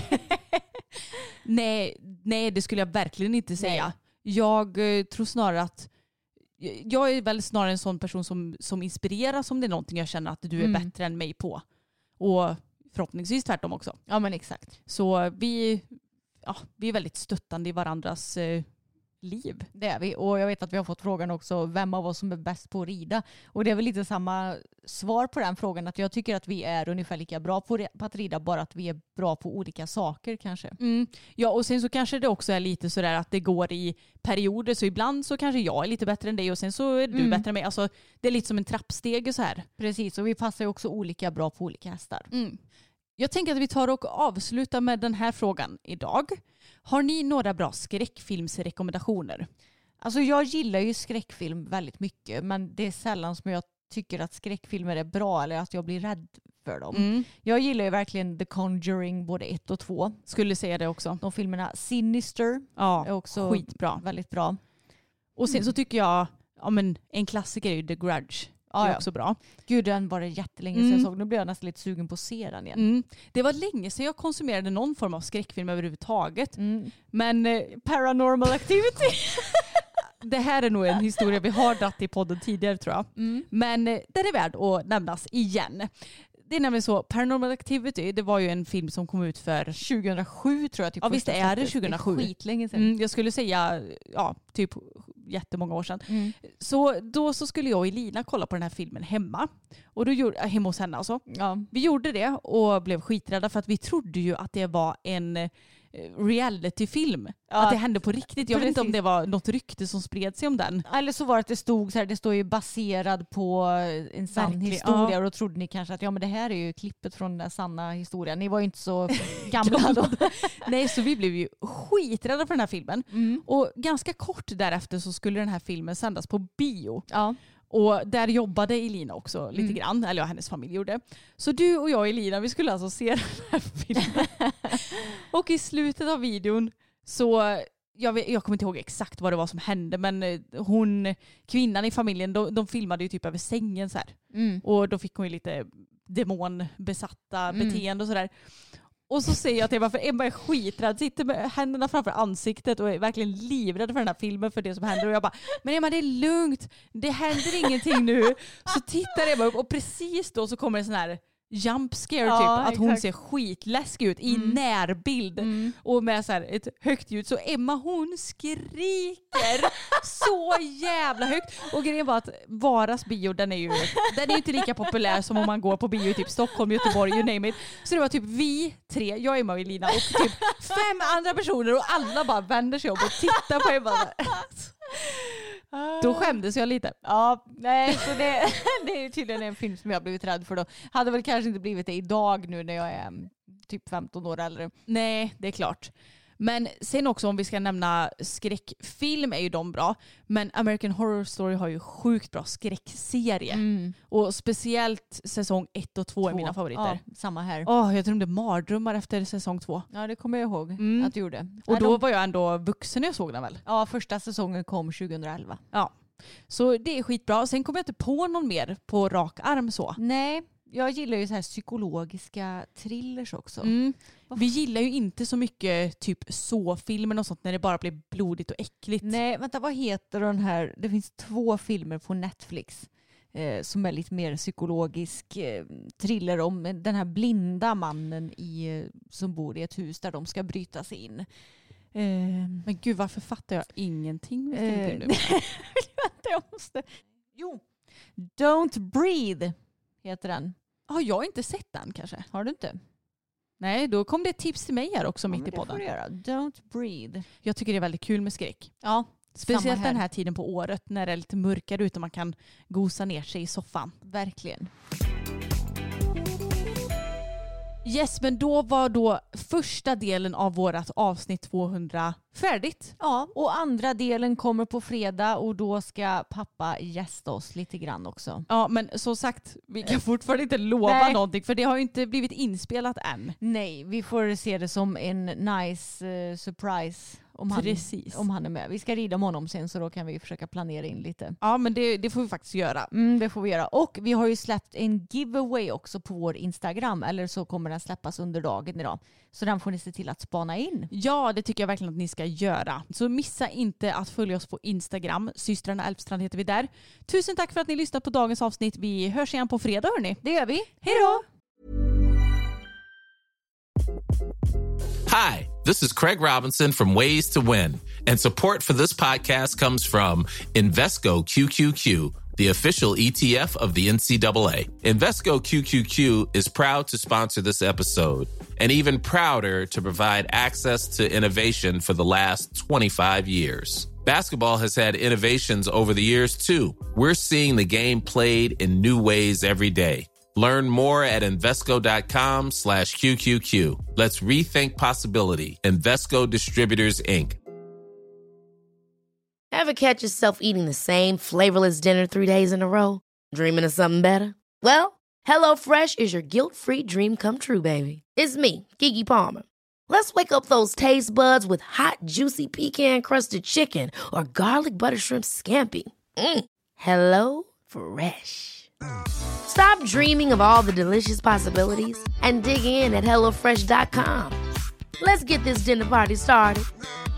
nej, nej, det skulle jag verkligen inte säga. Nej. Jag eh, tror snarare att jag är väl snarare en sån person som, som inspireras om det är någonting jag känner att du är Mm. bättre än mig på. Och förhoppningsvis tvärtom också. Ja, men exakt. Så vi, ja, vi är väldigt stöttande i varandras eh, liv. Det är vi. Och jag vet att vi har fått frågan också, vem av oss som är bäst på att rida. Och det är väl lite samma svar på den frågan. Att jag tycker att vi är ungefär lika bra på, på att rida, bara att vi är bra på olika saker kanske. Mm. Ja, och sen så kanske det också är lite sådär att det går i perioder. Så ibland så kanske jag är lite bättre än dig och sen så är du Mm. bättre än mig. Alltså, det är lite som en trappsteg så här. Precis, och vi passar ju också olika bra på olika hästar. Mm. Jag tänker att vi tar och avslutar med den här frågan idag. Har ni några bra skräckfilmsrekommendationer? Alltså jag gillar ju skräckfilm väldigt mycket, men det är sällan som jag tycker att skräckfilmer är bra eller att jag blir rädd för dem. Mm. Jag gillar ju verkligen The Conjuring både ett och två. Skulle säga det också. De filmerna Sinister Ja, är också skitbra. väldigt bra. Och sen så tycker jag, ja men en klassiker är ju The Grudge. Det är Ja, ja. också bra. Gud, den var det jättelänge sedan Mm. jag såg. Nu blir jag nästan lite sugen på att se den igen. Mm. Det var länge sedan jag konsumerade någon form av skräckfilm överhuvudtaget. Mm. Men eh, Paranormal Activity. det här är nog en historia vi har dratt i podden tidigare tror jag. Mm. Men eh, den är värd att nämnas igen. Det är nämligen så, Paranormal Activity, det var ju en film som kom ut för... tjugohundrasju tror jag. Typ Ja, visst första är det släpptes. tjugohundrasju. Det är skitlänge sedan. Mm, jag skulle säga, ja, typ jättemånga år sedan. Mm. Så då så skulle jag och Elina kolla på den här filmen hemma. Och då gjorde, hemma hos henne alltså. Ja. Vi gjorde det och blev skiträdda för att vi trodde ju att det var en eh, realityfilm. Ja, att det hände på riktigt. Jag vet inte om precis. det var något rykte som spred sig om den. Eller så var det att det stod så här, det står ju baserad på en sann Verkligen, historia ja. och då trodde ni kanske att ja men det här är ju klippet från den sanna historien. Ni var ju inte så gamla då. Nej, så vi blev ju skiträdda för den här filmen. Mm. Och ganska kort därefter så skulle den här filmen sändas på bio. Ja. Och där jobbade Elina också lite Mm. grann. Eller ja, hennes familj gjorde. Så du och jag och Elina, vi skulle alltså se den här filmen. Och i slutet av videon så... Jag, vet, jag kommer inte ihåg exakt vad det var som hände, men eh, hon, kvinnan i familjen, de, de filmade ju typ över sängen så här. Mm. Och då fick hon ju lite demonbesatta Mm. beteende och sådär. Och så säger jag till Ebba, för Ebba är skiträdd, sitter med händerna framför ansiktet och är verkligen livrädd för den här filmen, för det som händer. Och jag bara, men Emma det är lugnt, det händer ingenting nu. Så tittar Ebba upp och precis då så kommer en sån här jump scare Ja, typ, att hon exakt. ser skitläskig ut i Mm. närbild. Mm. Och med så här ett högt ljud. Så Emma hon skriker så jävla högt. Och grejen var att Varas bio, den är ju den är inte lika populär som om man går på bio i typ Stockholm, Göteborg, you name it. Så det var typ vi tre, jag, Emma och Elina och typ fem andra personer och alla bara vänder sig om och tittar på Emma. Då skämdes jag lite. Ja, nej, så det, det är ju tydligen en film som jag har blivit rädd för då. Hade väl kanske inte blivit det idag nu när jag är mm, typ femton år äldre. Nej, det är klart. Men sen också om vi ska nämna skräckfilm är ju de bra. Men American Horror Story har ju sjukt bra skräckserie. Mm. Och speciellt säsong ett och två, två är mina favoriter. Ja, samma här. Oh, jag drömde mardrömmar efter säsong två. Ja, det kommer jag ihåg mm. att du gjorde. Och då var jag ändå vuxen när jag såg den väl? Ja, första säsongen kom tjugoelva. Ja, så det är skitbra. Sen kommer jag inte på någon mer på rak arm så. Nej, jag gillar ju så här psykologiska thrillers också. Mm. Vi gillar ju inte så mycket typ så-filmer och sånt när det bara blir blodigt och äckligt. Nej, vänta, vad heter den här? Det finns två filmer på Netflix eh, som är lite mer psykologisk eh, thriller om den här blinda mannen i, som bor i ett hus där de ska bryta sig in. Eh, Men gud, varför fattar jag ingenting? Vilken eh, film nu? Vänta, jag måste... Jo, Don't Breathe heter den. Har jag inte sett den kanske? Har du inte? Nej, då kom det ett tips till mig här också ja, mitt i podden. Det får du göra. Don't breathe. Jag tycker det är väldigt kul med skräck. Ja, speciellt här. Den här tiden på året när det är lite mörkare ute och man kan gosa ner sig i soffan. Verkligen. Yes, men då var då första delen av vårat avsnitt tvåhundra färdigt. Ja, och andra delen kommer på fredag och då ska pappa gästa oss lite grann också. Ja, men som sagt, vi kan fortfarande inte lova Nej. någonting för det har ju inte blivit inspelat än. Nej, vi får se det som en nice uh, surprise om han, om han är med. Vi ska rida med honom sen så då kan vi försöka planera in lite. Ja, men det, det får vi faktiskt göra. Mm, det får vi göra. Och vi har ju släppt en giveaway också på vår Instagram, eller så kommer den släppas under dagen idag. Så den får ni se till att spana in. Ja, det tycker jag verkligen att ni ska göra. Så missa inte att följa oss på Instagram. Systrarna Elfstrand heter vi där. Tusen tack för att ni lyssnat på dagens avsnitt. Vi hörs igen på fredag, hörni. Det gör vi. Hej då! Hi, this is Craig Robinson from Ways to Win, and support for this podcast comes from Invesco Q Q Q, the official E T F of the N C double A. Invesco Q Q Q is proud to sponsor this episode, and even prouder to provide access to innovation for the last twenty-five years. Basketball has had innovations over the years, too. We're seeing the game played in new ways every day. Learn more at Invesco.com slash QQQ. Let's rethink possibility. Invesco Distributors, Incorporated. Ever catch yourself eating the same flavorless dinner three days in a row? Dreaming of something better? Well, HelloFresh is your guilt-free dream come true, baby. It's me, Keke Palmer. Let's wake up those taste buds with hot, juicy pecan-crusted chicken or garlic butter shrimp scampi. Mm. Hello Fresh. Stop dreaming of all the delicious possibilities and dig in at hello fresh dot com. Let's get this dinner party started.